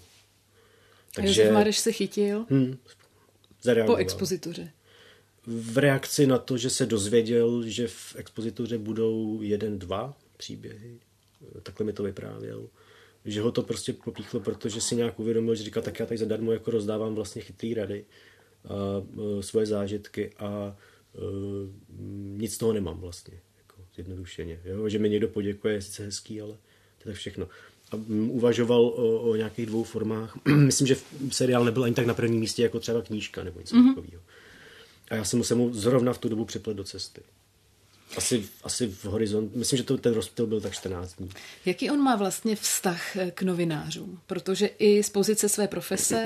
Takže Josef Mareš se chytil hmm, po expozituře. V reakci na to, že se dozvěděl, že v expozituře budou jeden, dva příběhy, takhle mi to vyprávěl, že ho to prostě popíchlo, protože si nějak uvědomil, že říkal, tak já tady zadarmo jako rozdávám vlastně chytrý rady a uh, svoje zážitky a uh, nic z toho nemám vlastně, jako zjednodušeně. Jo? Že mi někdo poděkuje, je sice hezký, ale to je všechno. A um, uvažoval o, o nějakých dvou formách. Myslím, že seriál nebyl ani tak na prvním místě, jako třeba knížka nebo něco mm-hmm. takového. A já jsem se mu zrovna v tu dobu připlet do cesty. Asi, asi v horizont, myslím, že to, ten rozptyl byl tak čtrnáct dní. Jaký on má vlastně vztah k novinářům? Protože i z pozice své profese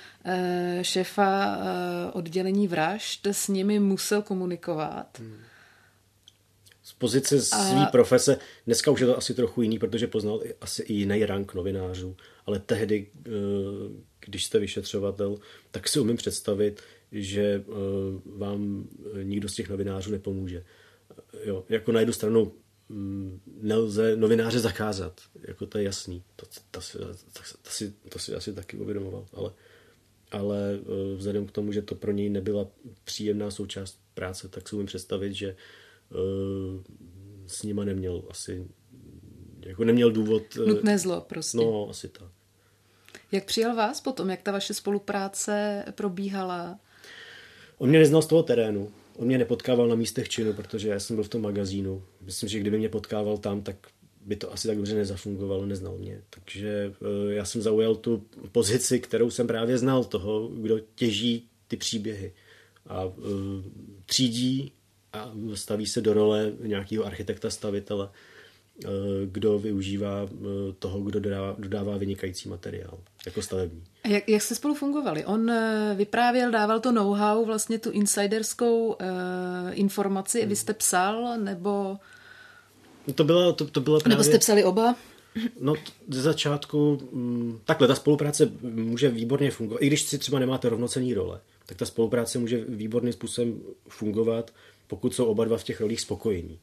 šéfa oddělení vražd s nimi musel komunikovat. z pozice své profese, dneska už je to asi trochu jiný, protože poznal asi i jiný rank novinářů, ale tehdy, když jste vyšetřovatel, tak si umím představit, že vám nikdo z těch novinářů nepomůže. Jo, jako na jednu stranu nelze novináře zakázat, jako to je jasný, to, to, si, to, to, si, to si asi taky uvědomoval, ale, ale vzhledem k tomu, že to pro něj nebyla příjemná součást práce, tak si umím představit, že uh, s nima neměl asi, jako neměl důvod... Nutné zlo prostě. No, asi tak. Jak přijal vás potom, jak ta vaše spolupráce probíhala? On mě neznal z toho terénu. On mě nepotkával na místech činu, protože já jsem byl v tom magazínu. Myslím, že kdyby mě potkával tam, tak by to asi tak dobře nezafungovalo, neznal mě. Takže já jsem zaujal tu pozici, kterou jsem právě znal, toho, kdo těží ty příběhy. A třídí a staví se do role nějakého architekta, stavitele, kdo využívá toho, kdo dodává, dodává vynikající materiál, jako stavební. A jak, jak jste spolu fungovali? On vyprávěl, dával to know-how, vlastně tu insiderskou uh, informaci, hmm. vy jste psal, nebo... To byla, to, to byla právě... Nebo jste psali oba? No, ze začátku, takhle, ta spolupráce může výborně fungovat, i když si třeba nemáte rovnocenný role, tak ta spolupráce může výborným způsobem fungovat, pokud jsou oba dva v těch rolích spokojení.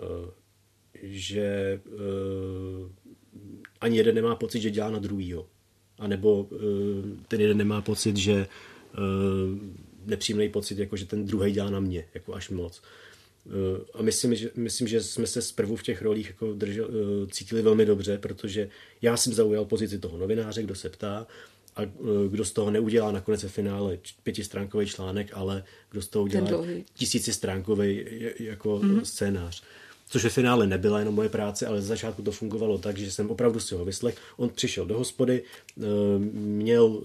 Že uh, ani jeden nemá pocit, že dělá na druhýho. A nebo uh, ten jeden nemá pocit, že uh, nepříjemný pocit, jako že ten druhý dělá na mě, jako až moc. Uh, a myslím že, myslím, že jsme se zprvu v těch rolích jako držel, uh, cítili velmi dobře, protože já jsem zaujal pozici toho novináře, kdo se ptá, a uh, kdo z toho neudělá nakonec ve finále pětistránkový článek, ale kdo z toho udělá tisícistránkový jako mm-hmm. scénář. Což ve finále nebyla jenom moje práce, ale z začátku to fungovalo tak, že jsem opravdu si ho vyslech. On přišel do hospody, měl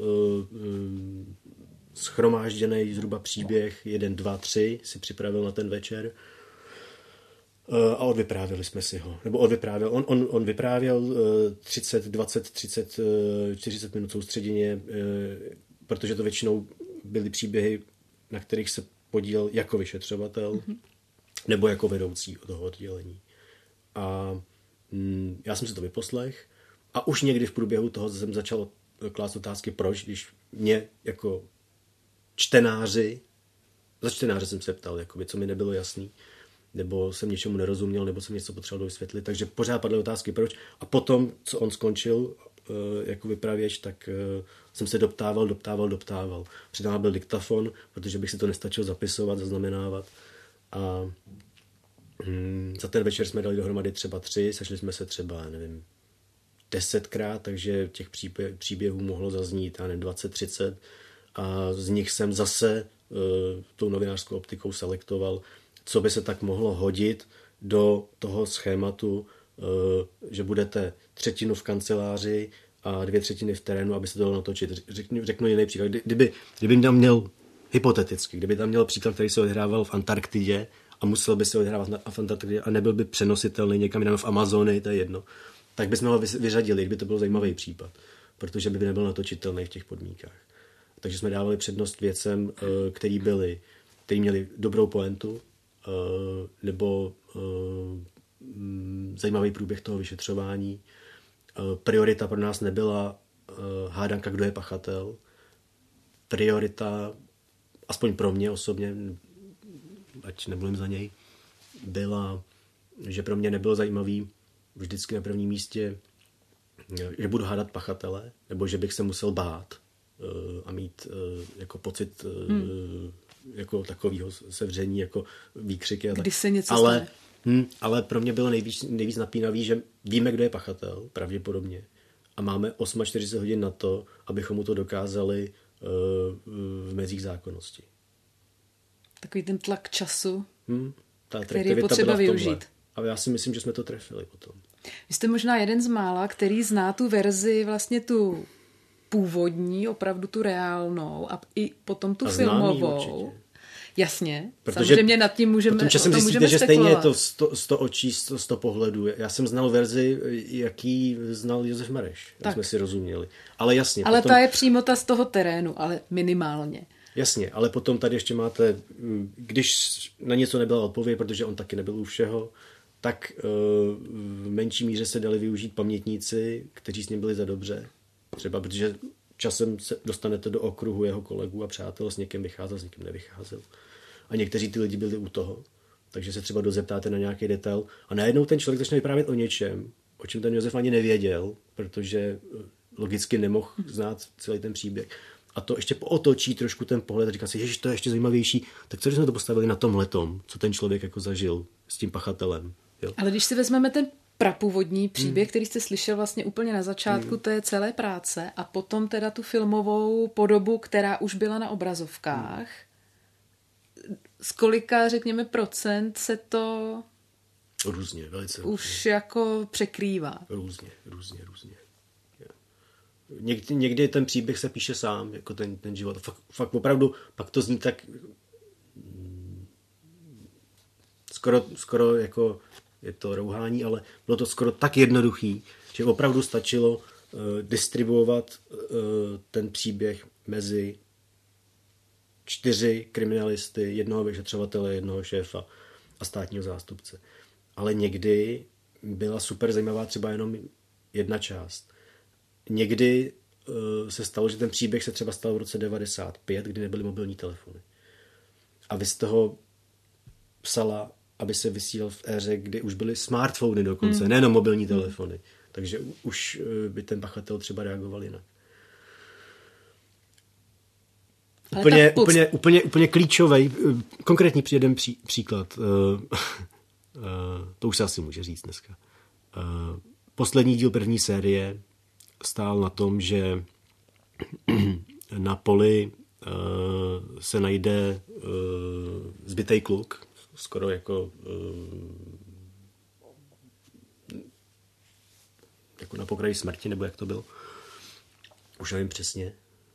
shromážděný zhruba příběh jeden, dva, tři, si připravil na ten večer a odvyprávěli jsme si ho. Nebo odvyprávěl. On, on, on vyprávěl třicet, dvacet, třicet, čtyřicet minut soustředěně, protože to většinou byly příběhy, na kterých se podílel jako vyšetřovatel, mm-hmm. nebo jako vedoucí toho oddělení. A mm, já jsem si to vyposlech a už někdy v průběhu toho jsem začal klást otázky, proč, když mě jako čtenáři, za čtenáře jsem se ptal, jakoby, co mi nebylo jasný, nebo jsem něčemu nerozuměl, nebo jsem něco potřeboval vysvětlit, takže pořád padly otázky, proč. A potom, co on skončil jako vypravěč, tak jsem se doptával, doptával, doptával. Předtím byl diktafon, protože bych si to nestačil zapisovat, zaznamenávat. A hm, za ten večer jsme dali dohromady třeba tři, sešli jsme se třeba, nevím, desetkrát, takže těch příběh, příběhů mohlo zaznít, já nevím, dvacet, třicet. A z nich jsem zase uh, tou novinářskou optikou selektoval, co by se tak mohlo hodit do toho schématu, uh, že budete třetinu v kanceláři a dvě třetiny v terénu, aby se to dalo natočit. Řeknu, řeknu jiný příklad. Kdyby, kdyby tam měl hypoteticky, kdyby tam měl příklad, který se odhrával v Antarktidě a musel by se odhrávat na, v Antarktidě a nebyl by přenositelný někam jinam v Amazonii, to je jedno, tak bychom ho vyřadili, kdyby to byl zajímavý případ, protože by nebyl natočitelný v těch podmínkách. Takže jsme dávali přednost věcem, který byly, který měli dobrou pointu, nebo zajímavý průběh toho vyšetřování. Priorita pro nás nebyla hádanka, kdo je pachatel. Priorita, aspoň pro mě osobně, ať nemluvím za něj, byla, že pro mě nebylo zajímavý vždycky na prvním místě, že budu hádat pachatele, nebo že bych se musel bát a mít jako pocit hmm. jako takového sevření, jako výkřiky. A tak. Když se něco ale, stane. Hm, ale pro mě bylo nejvíc, nejvíc napínavý, že víme, kdo je pachatel, pravděpodobně. A máme čtyřicet osm hodin na to, abychom mu to dokázali uh, v mezích zákonnosti. Takový ten tlak času, hm, ta který je potřeba využít. A já si myslím, že jsme to trefili potom. Vy jste možná jeden z mála, který zná tu verzi, vlastně tu původní, opravdu tu reálnou a i potom tu a filmovou. Jasně, protože samozřejmě nad tím můžeme potom časem zjistíte, můžeme že stejně je to sto, sto očí, sto, sto pohledů. Já jsem znal verzi, jaký znal Josef Mareš, jak jsme si rozuměli. Ale jasně. Ale potom, ta je přímo ta z toho terénu, ale minimálně. Jasně, ale potom tady ještě máte, když na něco nebyla odpověď, protože on taky nebyl u všeho, tak v menší míře se dali využít pamětníci, kteří s ním byli za dobře. Třeba protože časem se dostanete do okruhu jeho kolegů a přátel, s někým vycházel, s někým nevycházel. A někteří ty lidi byli u toho. Takže se třeba dozeptáte na nějaký detail a najednou ten člověk začne vyprávět o něčem, o čem ten Josef ani nevěděl, protože logicky nemohl znát celý ten příběh. A to ještě otočí trošku ten pohled a říká si, ježiš, to je ještě zajímavější. Tak co, když jsme to postavili na tomhletom, co ten člověk jako zažil s tím pachatelem. Jo? Ale když si vezmeme ten prapůvodní příběh, hmm. který jste slyšel vlastně úplně na začátku hmm. té celé práce a potom teda tu filmovou podobu, která už byla na obrazovkách, hmm. z kolika, řekněme, procent se to různě, velice už různě. Jako překrývá? Různě, různě, různě. Někdy, někdy ten příběh se píše sám, jako ten, ten život. Fakt, fakt opravdu, pak to zní tak skoro, skoro jako je to rouhání, ale bylo to skoro tak jednoduchý, že opravdu stačilo uh, distribuovat uh, ten příběh mezi čtyři kriminalisty, jednoho vyšetřovatele, jednoho šéfa a státního zástupce. Ale někdy byla super zajímavá třeba jenom jedna část. Někdy uh, se stalo, že ten příběh se třeba stal v roce devadesát pět, kdy nebyly mobilní telefony. A vy z toho psala, aby se vysílal v éře, kdy už byly smartfony dokonce, hmm. nejenom mobilní telefony. Takže už uh, by ten pachatel třeba reagoval jinak. Úplně, pod... úplně, úplně, úplně klíčový, konkrétní jeden pří, příklad. Uh, uh, to už se asi může říct dneska. Uh, poslední díl první série stál na tom, že na poli uh, se najde uh, zbytej kluk, skoro jako, uh, jako na pokraji smrti, nebo jak to bylo. Už nevím přesně.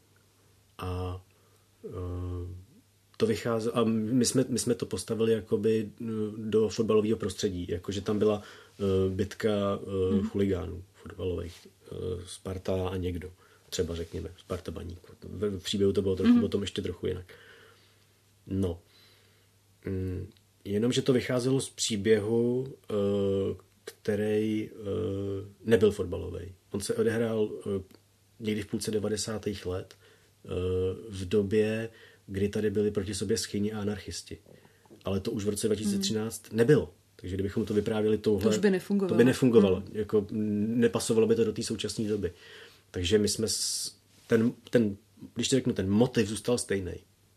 A uh, to vycházelo, a my jsme, my jsme to postavili jakoby do fotbalového prostředí, jakože tam byla uh, bitka uh, hmm. chuligánů fotbalových, uh, Sparta a někdo, třeba řekněme, Sparta Baník. V příběhu to bylo trochu, hmm. potom ještě trochu jinak. No. Mm, jenomže to vycházelo z příběhu, uh, který uh, nebyl fotbalový. On se odehrál uh, někdy v půlce devadesátých let, uh, v době, kdy tady byli proti sobě schyni a anarchisti. Ale to už v roce dva tisíce třináct hmm. nebylo. Takže kdybychom to vyprávěli touhle... To už by nefungovalo. To by nefungovalo. Hmm. Jako, nepasovalo by to do té současné doby. Takže my jsme... S, ten, ten, když to řeknu, ten motiv zůstal stejný.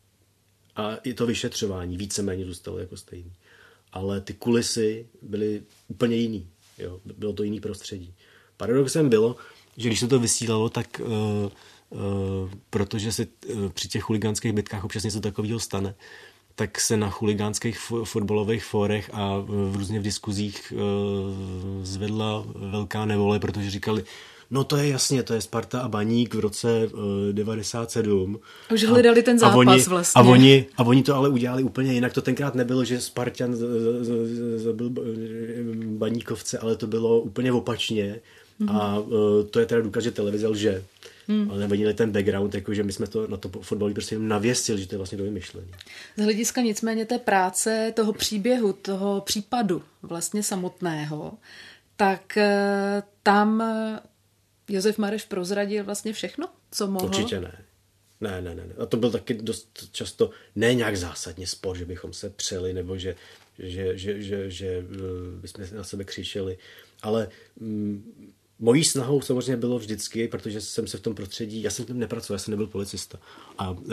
A i to vyšetřování víceméně zůstalo jako stejný. Ale ty kulisy byly úplně jiný. Jo? Bylo to jiný prostředí. Paradoxem bylo, že když se to vysílalo, tak... Uh, Uh, protože se uh, při těch chuligánských bitkách občas něco takového stane, tak se na chuligánských f- fotbalových fórech a uh, v různě v diskuzích uh, zvedla velká nevole, protože říkali, no to je jasně, to je Sparta a Baník v roce uh, devadesát sedm. Už hledali a, ten zápas a oni, vlastně. A oni, a oni to ale udělali úplně jinak. To tenkrát nebylo, že Spartan zabil Baníkovce, ale to bylo úplně opačně. Mm-hmm. A uh, to je teda důkaz, že televize lže. Hmm. Ale nevedili ten background, jako že my jsme to na to fotbalový prostě navěstili, že to je vlastně do vymyšlení. Z hlediska nicméně té práce, toho příběhu, toho případu vlastně samotného, tak tam Josef Mareš prozradil vlastně všechno, co mohl? Určitě ne. Ne, ne, ne. A to byl taky dost často ne nějak zásadně spor, že bychom se přeli, nebo že, že, že, že, že bychom na sebe křičeli. Ale mm, mojí snahou samozřejmě bylo vždycky, protože jsem se v tom prostředí, já jsem tam nepracoval, já jsem nebyl policista. A uh,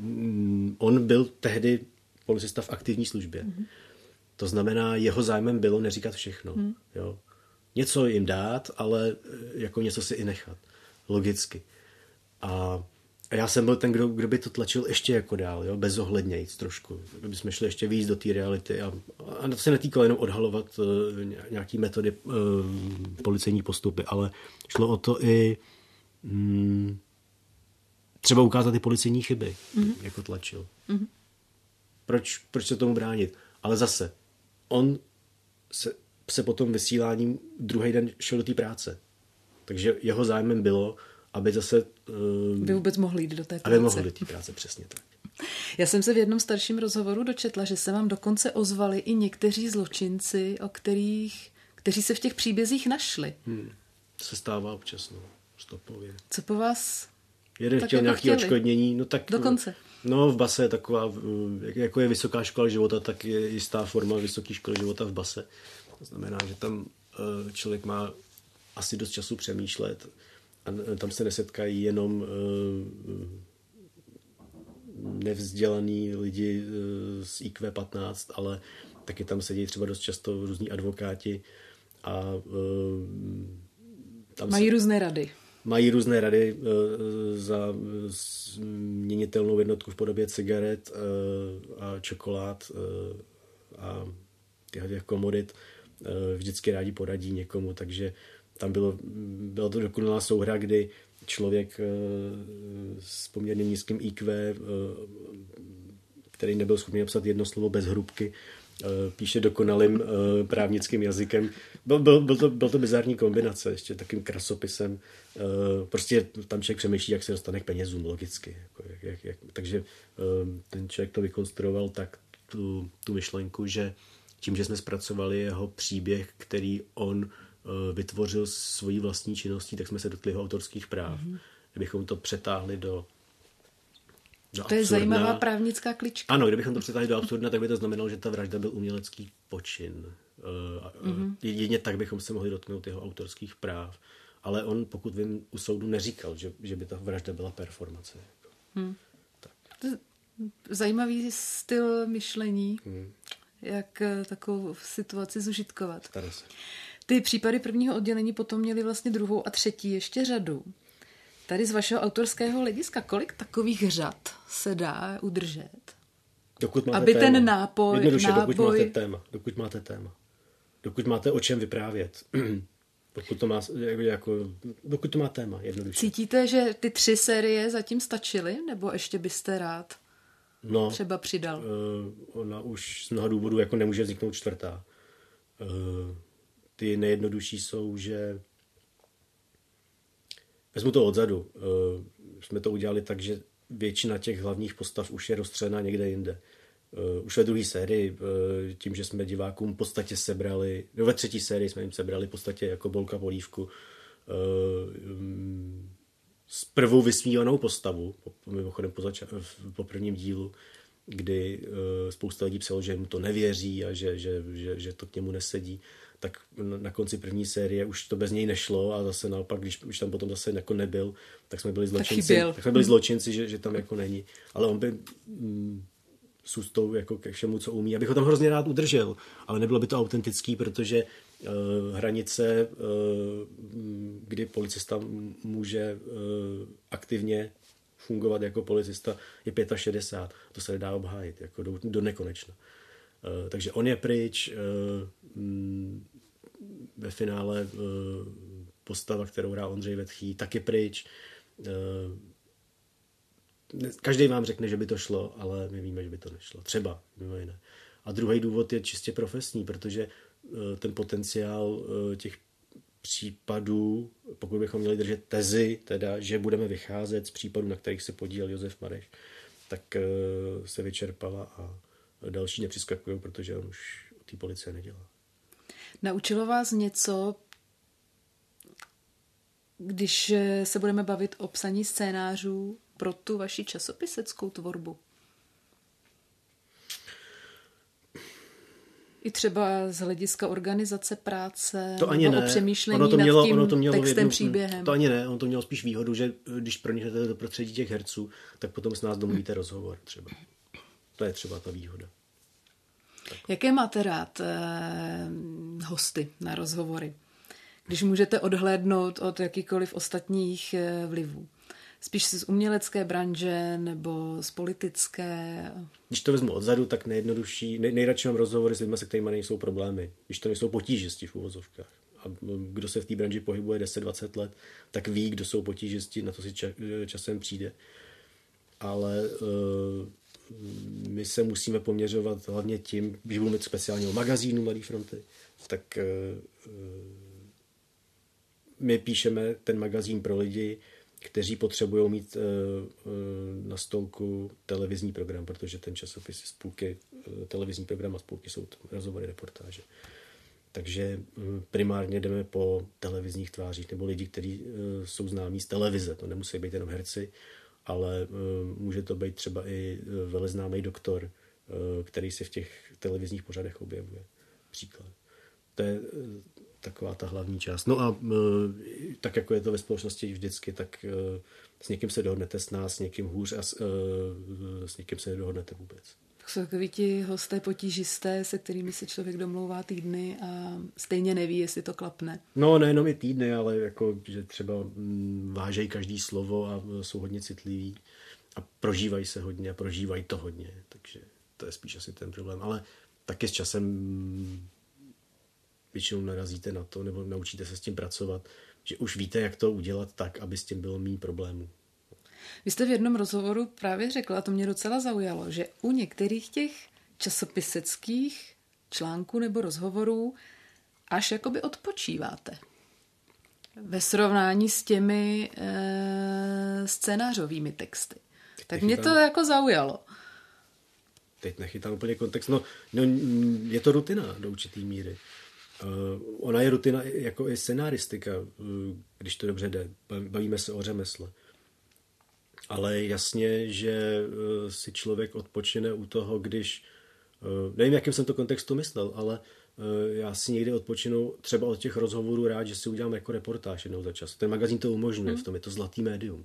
on byl tehdy policista v aktivní službě. Mm-hmm. To znamená, jeho zájmem bylo neříkat všechno. Mm. Jo. Něco jim dát, ale jako něco si i nechat. Logicky. A já jsem byl ten, kdo, kdo by to tlačil ještě jako dál, jo? Bezohlednějc trošku. Kdyby jsme šli ještě víc do té reality. A, a to se netýkalo jenom odhalovat uh, nějaký metody uh, policejní postupy, ale šlo o to i um, třeba ukázat ty policejní chyby, mm-hmm. jako tlačil. Mm-hmm. Proč, proč se tomu bránit? Ale zase, on se, se potom vysíláním druhý den šel do té práce. Takže jeho zájmem bylo, aby zase... Um, Vy vůbec mohli jít do té práce. Aby mohli do té práce, přesně tak. Já jsem se v jednom starším rozhovoru dočetla, že se vám dokonce ozvali i někteří zločinci, o kterých, kteří se v těch příbězích našli. Hmm. Se stává občas, no, stopově. Co po vás? Jeden chtěl nějaké odškodnění, no tak... Dokonce. No v base je taková, jako je vysoká škola života, tak je jistá forma vysoké školy života v base. To znamená, že tam člověk má asi dost času přemýšlet a tam se nesetkají jenom nevzdělaný lidi z í kvé patnáct, ale taky tam sedí třeba dost často různí advokáti a tam mají se, různé rady. Mají různé rady za měnitelnou jednotku v podobě cigaret a čokolád a těch komodit. Vždycky rádi poradí někomu, takže tam bylo, byla to dokonalá souhra, kdy člověk s poměrně nízkým í kvé, který nebyl schopný napsat jedno slovo bez hrubky, píše dokonalým právnickým jazykem. Byl, byl, byl, to, byl to bizarní kombinace, ještě takým krasopisem. Prostě tam člověk přemýšlí, jak se dostane k penězům, logicky. Jak, jak, jak, takže ten člověk to vykonstruoval tak, tu, tu myšlenku, že tím, že jsme zpracovali jeho příběh, který on vytvořil svojí vlastní činností, tak jsme se dotkli jeho autorských práv. Mm-hmm. Kdybychom to přetáhli do, do To je absurdna, zajímavá právnická klička. Ano, kdybychom to přetáhli do absurdna, tak by to znamenalo, že ta vražda byl umělecký počin. Mm-hmm. Jedině tak bychom se mohli dotknout jeho autorských práv. Ale on, pokud vím, u soudu neříkal, že, že by ta vražda byla performace. Hmm. Tak. Zajímavý styl myšlení. Hmm. Jak takovou situaci zužitkovat. Ty případy prvního oddělení potom měly vlastně druhou a třetí ještě řadu. Tady z vašeho autorského hlediska, kolik takových řad se dá udržet? Dokud máte aby téma. ten nápoj... Jednoduše, nápoj... dokud máte téma. Dokud máte téma. Dokud máte o čem vyprávět. Dokud to má, jako, dokud to má téma, jednoduše. Cítíte, že ty tři série zatím stačily? Nebo ještě byste rád no, třeba přidal? Uh, ona už z mnoha důvodů jako nemůže vzniknout čtvrtá. Uh, ty nejjednodušší jsou, že vezmu to odzadu. Uh, jsme to udělali tak, že většina těch hlavních postav už je rozstřelená někde jinde. Uh, už ve druhé sérii, uh, tím, že jsme divákům v podstatě sebrali, no ve třetí sérii jsme jim sebrali v podstatě jako bolka polívku uh, um, s prvou vysmívanou postavu, po, mimochodem po, zača- po prvním dílu, kdy uh, spousta lidí psalo, že mu to nevěří a že, že, že, že to k němu nesedí, tak na konci první série už to bez něj nešlo a zase naopak, když už tam potom zase jako nebyl, tak jsme byli zločinci, tak, tak jsme byli zločinci, že, že tam jako není. Ale on by mm, s ústou jako ke všemu, co umí. Já bych ho tam hrozně rád udržel, ale nebylo by to autentický, protože uh, hranice, uh, kdy policista může uh, aktivně fungovat jako policista, je šedesát pět. To se nedá obhájit jako do, do nekonečna. Uh, takže on je pryč. Uh, mm, ve finále uh, postava, kterou hrál Ondřej Vetchý, taky pryč. Uh, Každý vám řekne, že by to šlo, ale my víme, že by to nešlo. Třeba, mimo jiné. A druhý důvod je čistě profesní, protože ten potenciál těch případů, pokud bychom měli držet tezi, teda, že budeme vycházet z případů, na kterých se podílel Josef Mareš, tak se vyčerpala a další nepřiskakují, protože on už u té policie nedělá. Naučilo vás něco, když se budeme bavit o psaní scénářů pro tu vaši časopiseckou tvorbu? I třeba z hlediska organizace práce, to ani nebo ne. o přemýšlení ono to mělo, nad tím ono to mělo textem, jednu, příběhem. To ani ne, ono to mělo spíš výhodu, že když proniknete do prostředí těch herců, tak potom s nás domluvíte rozhovor třeba. To je třeba ta výhoda. Tak. Jaké máte rád eh, hosty na rozhovory? Když můžete odhlédnout od jakýkoliv ostatních eh, vlivů. Spíš z umělecké branže nebo z politické? Když to vezmu odzadu, tak nejjednodušší, nej, nejradši mám rozhovory s lidmi, se kterými nejsou problémy. Když to nejsou potížisti v uvozovkách. A kdo se v té branži pohybuje deset dvacet let, tak ví, kdo jsou potížisti, na to si ča, časem přijde. Ale uh, my se musíme poměřovat hlavně tím, když budu mít speciálního magazínu Mladé fronty, tak uh, my píšeme ten magazín pro lidi, kteří potřebují mít na stolku televizní program, protože ten časopis z půlky, televizní program a z půlky jsou rozhovory, reportáže. Takže primárně jdeme po televizních tvářích nebo lidi, kteří jsou známí z televize. To nemusí být jenom herci, ale může to být třeba i veleznámý doktor, který se v těch televizních pořadech objevuje. Příklad. To je taková ta hlavní část. No a tak, jako je to ve společnosti vždycky, tak s někým se dohodnete s nás, s někým hůř a s, s někým se nedohodnete vůbec. Jsou takový ti hosté potížisté, se kterými se člověk domlouvá týdny a stejně neví, jestli to klapne. No, nejenom i týdny, ale jako, že třeba vážejí každý slovo a jsou hodně citliví a prožívají se hodně a prožívají to hodně, takže to je spíš asi ten problém. Ale taky s časem většinou narazíte na to, nebo naučíte se s tím pracovat, že už víte, jak to udělat tak, aby s tím bylo méně problémů. Vy jste v jednom rozhovoru právě řekla, a to mě docela zaujalo, že u některých těch časopiseckých článků nebo rozhovorů až jakoby odpočíváte. Ve srovnání s těmi e, scénářovými texty. Teď tak mě to jako zaujalo. Teď nechytám úplně kontext. No, no je to rutina do určitý míry. Uh, ona je rutina jako i scenáristika, uh, když to dobře jde. Bavíme se o řemesle. Ale jasně, že uh, si člověk odpočine u toho, když... Uh, nevím, jakým jsem to kontextu myslel, ale uh, já si někdy odpočinu třeba od těch rozhovorů rád, že si udělám jako reportáž jednou za čas. Ten magazín to umožňuje, hmm. v tom je to zlatý médium. Uh,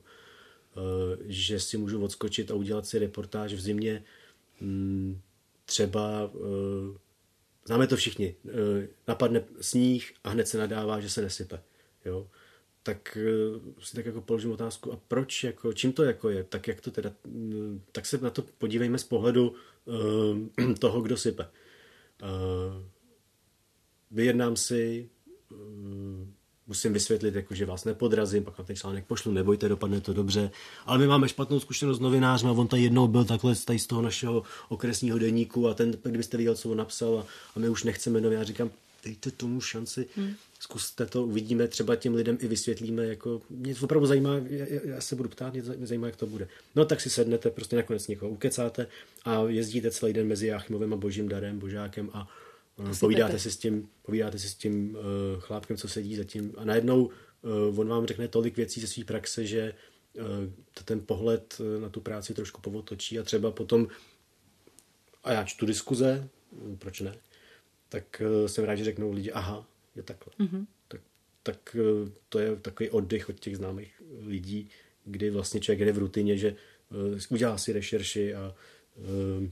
že si můžu odskočit a udělat si reportáž v zimě. Um, třeba... Uh, Známe to všichni. Napadne sníh a hned se nadává, že se nesype. Jo? Tak si tak jako položím otázku, a proč, jako, čím to jako je? Tak jak to teda, tak se na to podívejme z pohledu uh, toho, kdo sype. Uh, vyjednám si, uh, musím vysvětlit, jako, že vás nepodrazím, pak vám ten článek pošlu, nebojte, dopadne to dobře. Ale my máme špatnou zkušenost s novinářem a on tady jednou byl takhle tady z toho našeho okresního deníku a ten, kdybyste viděl, co on napsal a, a my už nechceme novinář, říkám, dejte tomu šanci, hmm. zkuste to, uvidíme, třeba těm lidem i vysvětlíme, jako, mě to opravdu zajímá, já, já se budu ptát, mě zajímá, jak to bude. No tak si sednete, prostě nakonec někoho ukecáte a jezdíte celý den mezi Jáchymovem a Božím darem, Božákem a Povídáte si s tím, povídáte si s tím uh, chlápkem, co sedí zatím a najednou uh, on vám řekne tolik věcí ze své praxe, že uh, ten pohled uh, na tu práci trošku povotočí a třeba potom, a já čtu diskuze, proč ne, tak uh, jsem rád, že řeknou lidi, aha, je takhle. Mm-hmm. Tak, tak uh, to je takový oddych od těch známých lidí, kdy vlastně člověk jde v rutině, že uh, udělá si rešerši a uh,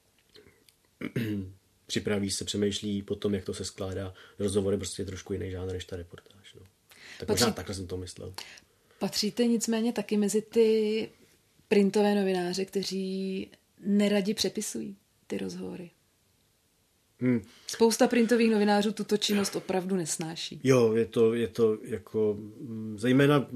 připraví se, přemýšlí potom, jak to se skládá. Rozhovor je prostě trošku jiný žánr než ta reportáž. No. Tak Patří... možná takhle jsem to myslel. Patříte nicméně taky mezi ty printové novináře, kteří neradi přepisují ty rozhovory. Hmm. Spousta printových novinářů tuto činnost opravdu nesnáší. Jo, je to, je to jako zejména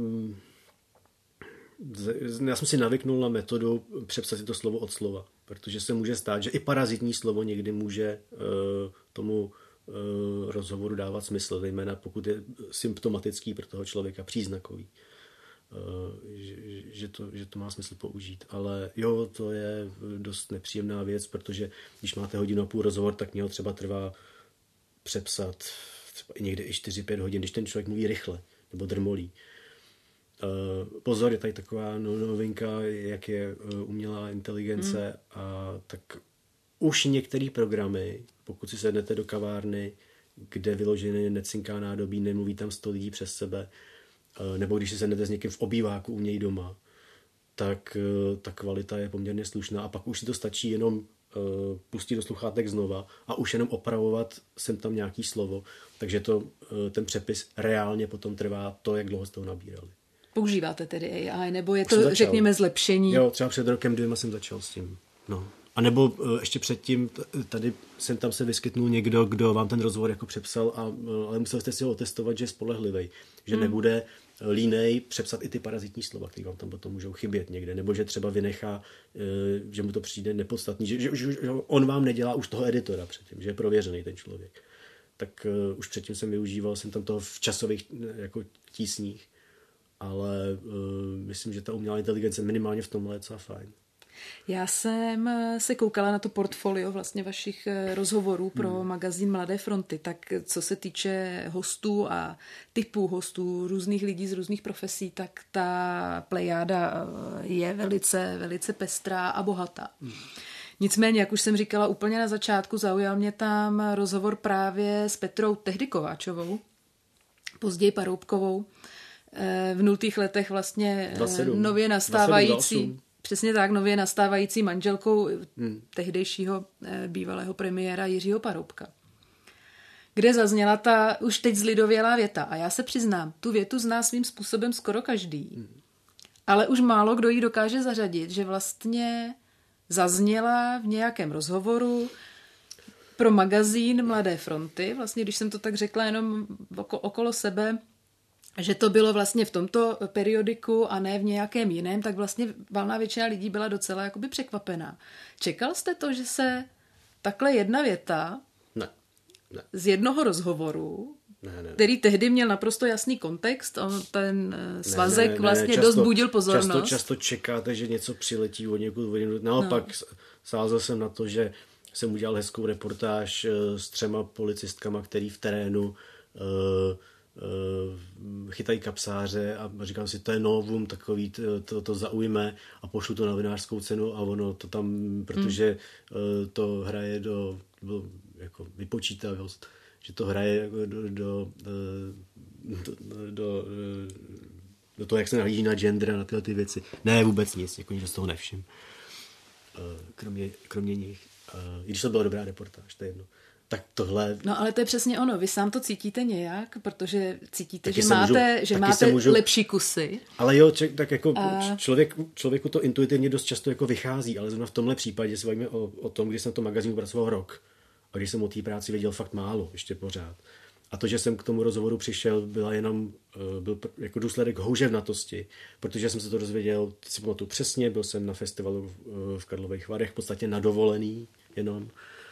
já jsem si navyknul na metodu přepsat si to slovo od slova, protože se může stát, že i parazitní slovo někdy může uh, tomu uh, rozhovoru dávat smysl, zejména pokud je symptomatický pro toho člověka, příznakový, uh, že, že, to, že to má smysl použít. Ale jo, to je dost nepříjemná věc, protože když máte hodinu a půl rozhovor, tak mě ho třeba trvá přepsat třeba i někde i čtyři pět hodin, když ten člověk mluví rychle nebo drmolí. Uh, pozor, je tady taková novinka, jak je uh, umělá inteligence hmm. a tak už některé programy, pokud si sednete do kavárny, kde vyloženě necinká nádobí, nemluví tam sto lidí přes sebe, uh, nebo když si sednete s někým v obýváku u něj doma, tak uh, ta kvalita je poměrně slušná a pak už si to stačí jenom uh, pustit do sluchátek znova a už jenom opravovat sem tam nějaký slovo, takže to, uh, ten přepis reálně potom trvá to, jak dlouho jste ho nabírali. Používáte tedy A I, nebo je to, řekněme, zlepšení? Jo, třeba před rokem, dvěma jsem začal s tím. No. A nebo uh, ještě předtím, tady jsem tam se vyskytnul někdo, kdo vám ten rozhovor jako přepsal, a, uh, ale musel jste si ho otestovat, že je spolehlivý, že hmm. nebude línej přepsat i ty parazitní slova, které vám tam potom můžou chybět někde, nebo že třeba vynechá, uh, že mu to přijde nepodstatný, že, že, že, že on vám nedělá už toho editora předtím, že je prověřený ten člověk. Tak uh, už předtím jsem využíval, jsem tam toho v časových jako tísních, ale uh, myslím, že ta umělá inteligence minimálně v tomhle je docela fajn. Já jsem se koukala na to portfolio vlastně vašich rozhovorů pro hmm. magazín Mladé fronty, tak co se týče hostů a typů hostů, různých lidí z různých profesí, tak ta plejáda je velice, velice pestrá a bohatá. Hmm. Nicméně, jak už jsem říkala úplně na začátku, zaujal mě tam rozhovor právě s Petrou tehdy Kováčovou, později Paroubkovou, v nultých letech vlastně dvacet sedm nově nastávající... dvacet sedm, dvacet osm Přesně tak, nově nastávající manželkou hmm. tehdejšího bývalého premiéra Jiřího Paroubka. Kde zazněla ta už teď zlidovělá věta. A já se přiznám, tu větu zná svým způsobem skoro každý. Hmm. Ale už málo kdo ji dokáže zařadit, že vlastně zazněla v nějakém rozhovoru pro magazín Mladé fronty. Vlastně, když jsem to tak řekla jenom okolo sebe, že to bylo vlastně v tomto periodiku a ne v nějakém jiném, tak vlastně valná většina lidí byla docela jakoby překvapená. Čekal jste to, že se takhle jedna věta ne, ne. z jednoho rozhovoru, ne, ne. který tehdy měl naprosto jasný kontext, on ten svazek ne, ne, ne, vlastně často, dost budil pozornost. Často, často čekáte, že něco přiletí od někud. Naopak no. sázel jsem na to, že jsem udělal hezkou reportáž s třema policistkama, který v terénu uh, chytají kapsáře a říkám si, to je novum, takový, to, to, to zaujme a pošlu to na novinářskou cenu a ono to tam, protože hmm. to hraje do, do jako vypočítavost, že to hraje do, do, do, do, do, do toho, jak se nahlíží na gender a na tyhle ty věci. Ne, vůbec nic, jako nikdo z toho nevšim. Kromě, kromě nich. I když to byla dobrá reportáž, to je jedno. Tak tohle... No ale to je přesně ono. Vy sám to cítíte nějak, protože cítíte, taky že máte, můžu, že máte můžu... lepší kusy. Ale jo, č- tak jako a... člověk, člověku to intuitivně dost často jako vychází, ale zrovna v tomhle případě se bavíme o, o tom, když jsem to magazínu pracoval rok a když jsem o té práci věděl fakt málo, ještě pořád. A to, že jsem k tomu rozhovoru přišel, byla jenom, byl jako důsledek houževnatosti, protože jsem se to dozvěděl, si pamatuju přesně, byl jsem na festivalu v Karlových Varech, v podstatě na dovolený jenom.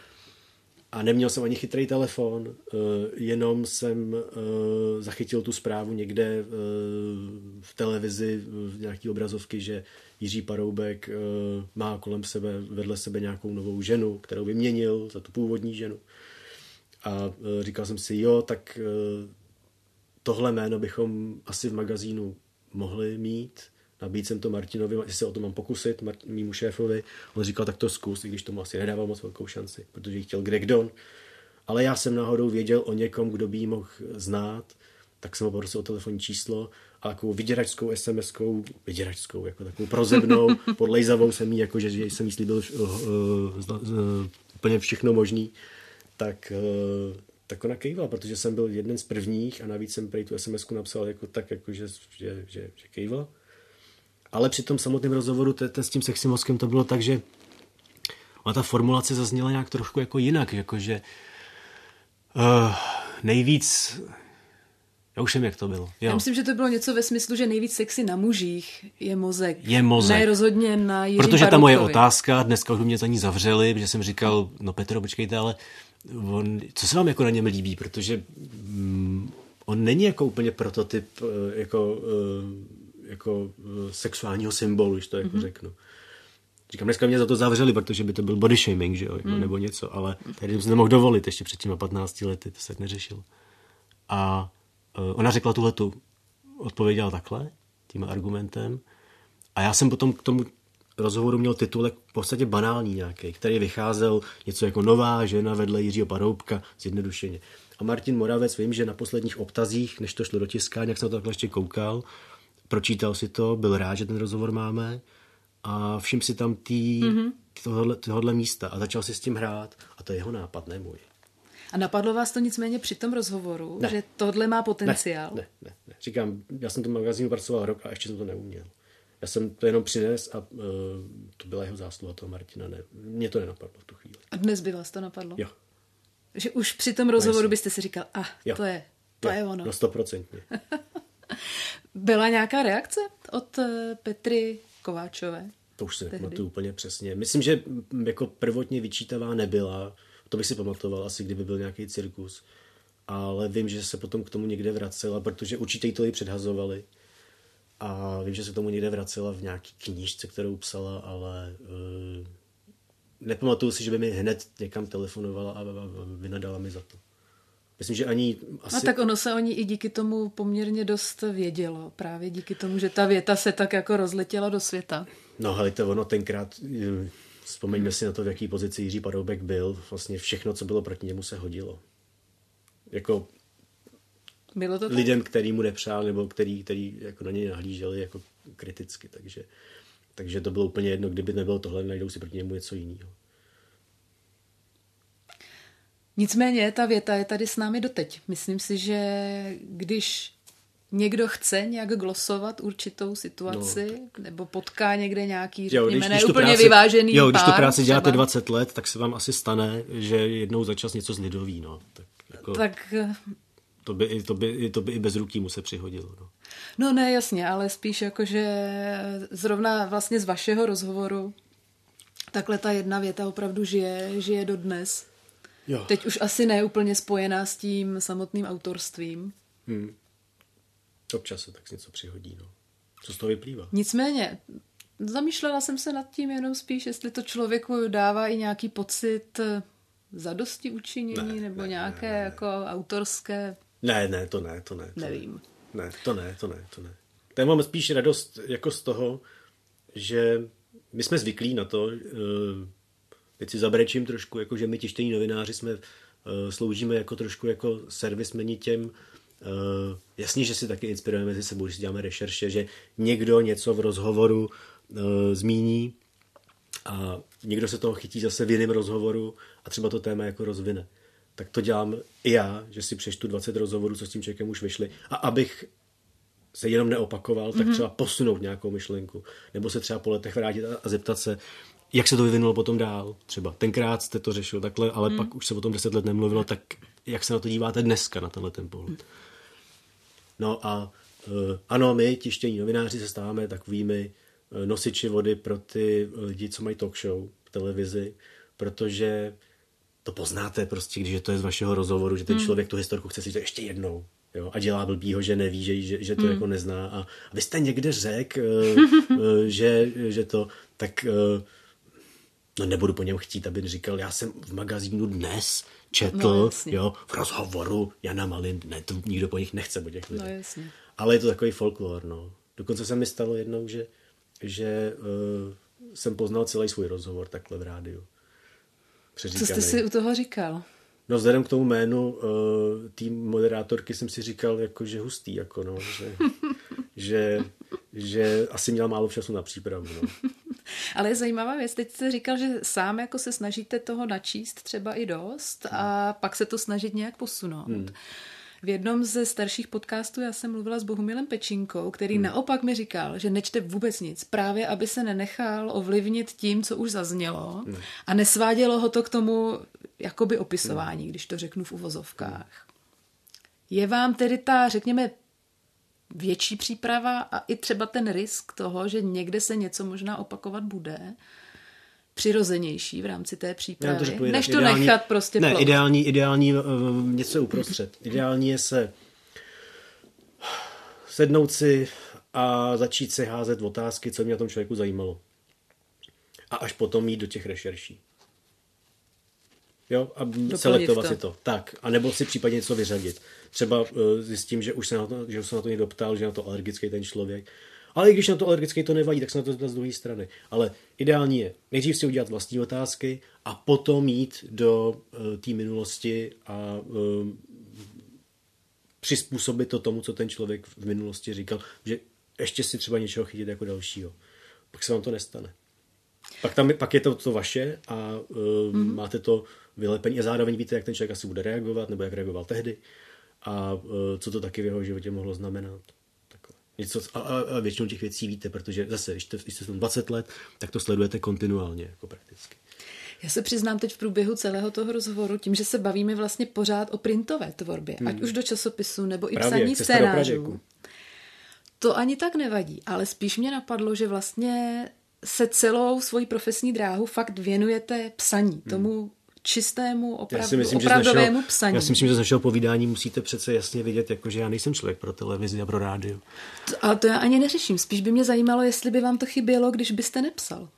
A neměl jsem ani chytrý telefon, jenom jsem zachytil tu zprávu někde v televizi, v nějaký obrazovky, že Jiří Paroubek má kolem sebe, vedle sebe nějakou novou ženu, kterou vyměnil za tu původní ženu. A říkal jsem si, jo, tak tohle jméno bychom asi v magazínu mohli mít. Nabít jsem to Martinovi, jestli se o to mám pokusit, mýmu šéfovi. On říkal, tak to zkus, i když tomu asi nedával moc velkou šanci, protože ji chtěl Greg Don. Ale já jsem náhodou věděl o někom, kdo by ji mohl znát, tak jsem ho poprosil o telefonní číslo a takovou vyděračskou SMSkou, vyděračskou, jako takovou prozebnou, podlejzavou jsem jí, jako, že jsem jí slíbil uh, uh, uh, uh, úplně všechno možný, tak, uh, tak ona kejvala, protože jsem byl jeden z prvních a navíc jsem prej tu SMSku napsal jako tak, jako, že, že, že, že kejvala. Ale při tom samotném rozhovoru t- t- s tím sexy mozkem to bylo tak, že ona ta formulace zazněla nějak trošku jako jinak, jakože uh, nejvíc... Já už vím, jak to bylo. Jo. Já myslím, že to bylo něco ve smyslu, že nejvíc sexy na mužích je mozek. Je mozek. Ne rozhodně na Jiří Protože Paroubkovi. ta moje otázka, dneska už mě za ní zavřeli, protože jsem říkal, no Petro, počkejte, ale on, co se vám jako na něm líbí, protože mm, on není jako úplně prototyp jako... jako sexuálního symbolu, když to jako mm-hmm. řeknu. Říkám, dneska mě za to zavřeli, protože by to byl body shaming, že jo, jako, mm. nebo něco, ale tady jsem si nemohl dovolit ještě před těma patnácti lety, to se tak neřešil. A uh, ona řekla tuhletu, odpověděla takhle, tím argumentem, a já jsem potom k tomu rozhovoru měl titulek v podstatě banální nějaký, který vycházel něco jako nová žena vedle Jiřího Paroubka, zjednodušeně. A Martin Moravec, vím, že na posledních obtazích, než to šlo do tiskání, jak jsem to takhle ještě koukal, pročítal si to, byl rád, že ten rozhovor máme a všim si tam tý, mm-hmm. tohle, tohle místa a začal si s tím hrát a to je jeho nápad, ne můj. A napadlo vás to nicméně při tom rozhovoru, ne. že tohle má potenciál? Ne, ne, ne, ne. Říkám, já jsem v tom magazínu pracoval rok a ještě jsem to neuměl. Já jsem to jenom přines a uh, to byla jeho zásluha toho Martina. Ne, mě to nenapadlo v tu chvíli. A dnes by vás to napadlo? Jo. Že už při tom rozhovoru byste si říkal, ah, jo. to je, to jo. je ono. No stoprocentně. Byla nějaká reakce od Petry Kováčové? To už si nepamatuju úplně přesně. Myslím, že jako prvotně vyčítavá nebyla. To bych si pamatoval asi, kdyby byl nějaký cirkus. Ale vím, že se potom k tomu někde vracela, protože určitě jí to i předhazovali. A vím, že se tomu někde vracela v nějaký knížce, kterou psala, ale uh, nepamatuju si, že by mi hned někam telefonovala a, a, a vynadala mi za to. Myslím, že ani asi... A tak ono se o ní i díky tomu poměrně dost vědělo. Právě díky tomu, že ta věta se tak jako rozletěla do světa. No helejte, ono tenkrát, vzpomeňme si na to, v jaký pozici Jiří Paroubek byl. Vlastně všechno, co bylo proti němu, se hodilo. Jako bylo to lidem, který mu nepřál, nebo který, který jako na něj nahlíželi jako kriticky. Takže, takže to bylo úplně jedno, kdyby nebylo tohle, najdou si proti němu něco jiného. Nicméně ta věta je tady s námi doteď. Myslím si, že když někdo chce nějak glosovat určitou situaci, no, nebo potká někde nějaký, řekněme, neúplně vyvážený jo, když pár, tu práci děláte třeba dvacet let, tak se vám asi stane, že jednou za čas něco zlidoví. No. Tak, jako, tak to, by, to, by, to by i bez rukýmu se přihodilo. No. no ne, jasně, ale spíš jako, že zrovna vlastně z vašeho rozhovoru takhle ta jedna věta opravdu žije, žije dodnes. Jo. Teď už asi ne úplně spojená s tím samotným autorstvím. Hmm. Občas se tak něco přihodí. No. Co z toho vyplývá? Nicméně, zamýšlela jsem se nad tím jenom spíš, jestli to člověku dává i nějaký pocit zadosti učinění, ne, nebo ne, nějaké ne, ne. jako autorské... Ne, ne, to ne, to ne. To nevím. Ne, to ne, to ne, to ne. Tady mám spíš radost jako z toho, že my jsme zvyklí na to, teď si zabrečím trošku, jako že my tištění novináři jsme, uh, sloužíme jako trošku jako servismeni těm, uh, jasně, že si taky inspirujeme mezi sebou, že si děláme rešerše, že někdo něco v rozhovoru uh, zmíní a někdo se toho chytí zase v jiném rozhovoru a třeba to téma jako rozvine. Tak to dělám i já, že si přečtu dvacet rozhovorů, co s tím člověkem už vyšli a abych se jenom neopakoval, tak třeba posunout nějakou myšlenku, nebo se třeba po letech vrátit a, a zeptat se, jak se to vyvinulo potom dál. Třeba tenkrát jste to řešil takhle, ale hmm. pak už se o tom deset let nemluvilo, tak jak se na to díváte dneska, na tenhle ten pohled? No a uh, ano, my, tištění novináři, se stáváme takovými uh, nosiči vody pro ty lidi, co mají talk show v televizi, protože to poznáte prostě, když je to je z vašeho rozhovoru, že ten hmm. člověk tu historku chce slyšet ještě jednou. Jo, a dělá blbýho, že neví, že, že, že to hmm. jako nezná. A vy jste někde řekl, uh, uh, že, že to, tak uh, no nebudu po něm chtít, aby říkal, já jsem v magazínu Dnes četl, no, jo, v rozhovoru Jana Malin, ne, to nikdo po nich nechce, po těch lidí. No, jasně. Ale je to takový folklor, no. Dokonce se mi stalo jednou, že, že uh, jsem poznal celý svůj rozhovor takhle v rádiu. Co jste si u toho říkal? No vzhledem k tomu jménu uh, té moderátorky jsem si říkal, jako, že hustý, jako, no, že, že, že asi měla málo času na přípravu. No. Ale je zajímavá věc, teď jste říkal, že sám jako se snažíte toho načíst třeba i dost a pak se to snažit nějak posunout. Hmm. V jednom ze starších podcastů já jsem mluvila s Bohumilem Pečínkou, který hmm. naopak mi říkal, že nečte vůbec nic, právě aby se nenechal ovlivnit tím, co už zaznělo hmm. a nesvádělo ho to k tomu jakoby opisování, hmm. když to řeknu v uvozovkách. Je vám tedy ta, řekněme, větší příprava a i třeba ten risk toho, že někde se něco možná opakovat bude, přirozenější v rámci té přípravy, to řeknu, než to ideální, nechat prostě ne, plout. ideální, ideální uh, něco uprostřed. Ideální je se sednout si a začít si házet otázky, co mě na tom člověku zajímalo. A až potom jít do těch rešerší. Jo, a Doplnit selektovat to. si to. Tak, a nebo si případně něco vyřadit. Třeba uh, zjistím, že už se na to, že se na to někdo ptal, že je na to alergický ten člověk. Ale i když na to alergický to nevadí, tak se na to zeptat z druhé strany. Ale ideální je nejdřív si udělat vlastní otázky a potom jít do uh, té minulosti a uh, přizpůsobit to tomu, co ten člověk v minulosti říkal, že ještě si třeba něčeho chytit jako dalšího. Pak se vám to nestane. Pak, tam, pak je to, to vaše a uh, mm-hmm. máte to vylepení a zároveň víte, jak ten člověk asi bude reagovat, nebo jak reagoval tehdy a uh, co to taky v jeho životě mohlo znamenat. Něco, a, a většinou těch věcí víte, protože zase, když jste, když jste dvacet let, tak to sledujete kontinuálně, jako prakticky. Já se přiznám teď v průběhu celého toho rozhovoru, tím, že se bavíme vlastně pořád o printové tvorbě, hmm. ať už do časopisu, nebo i Právě, psaní scénářů. To ani tak nevadí, ale spíš mě napadlo, že vlastně se celou svoji profesní dráhu fakt věnujete psaní, hmm. tomu, čistému, opravdu, já si myslím, opravdovému našeho, psaní. Já si myslím, že z našeho povídání musíte přece jasně vidět, jako, že já nejsem člověk pro televizi a pro rádio. Ale to já ani neřeším. Spíš by mě zajímalo, jestli by vám to chybělo, když byste nepsal.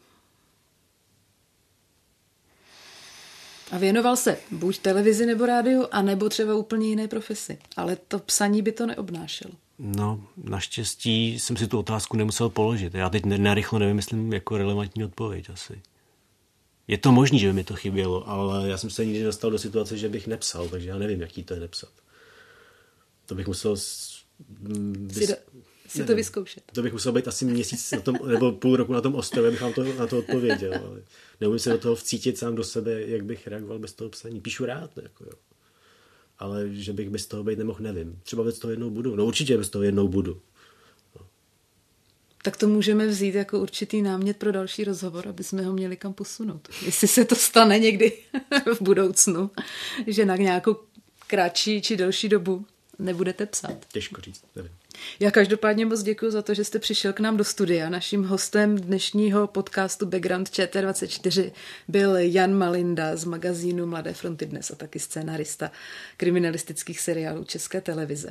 A věnoval se buď televizi nebo rádiu, anebo třeba úplně jiné profesi. Ale to psaní by to neobnášelo. No, naštěstí jsem si tu otázku nemusel položit. Já teď narychlo nevymyslím jako relevantní odpověď asi. Je to možný, že by mi to chybělo, ale já jsem se nikdy dostal do situace, že bych nepsal, takže já nevím, jaký to je nepsat. To bych musel... S... Si, do... si to vyzkoušet. To bych musel být asi měsíc na tom, nebo půl roku na tom ostrově, abych vám to, na to odpověděl. Ale neumím se do toho vcítit sám do sebe, jak bych reagoval bez toho psaní. Píšu rád, jako jo. Ale že bych bez toho být nemohl, nevím. Třeba bez toho jednou budu. No určitě bez toho jednou budu. No. Tak to můžeme vzít jako určitý námět pro další rozhovor, aby jsme ho měli kam posunout. Jestli se to stane někdy v budoucnu, že na nějakou kratší či delší dobu nebudete psát. Těžko říct, nevím. Já každopádně moc děkuji za to, že jste přišel k nám do studia. Naším hostem dnešního podcastu Background Č T dvacet čtyři byl Jan Malinda z magazínu Mladé fronty Dnes a taky scénarista kriminalistických seriálů České televize.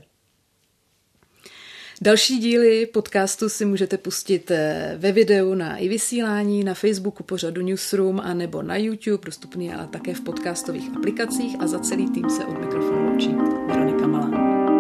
Další díly podcastu si můžete pustit ve videu na i vysílání, na Facebooku pořadu Newsroom a nebo na YouTube, dostupný ale také v podcastových aplikacích a za celý tým se od mikrofonu loučí Veronika Malá.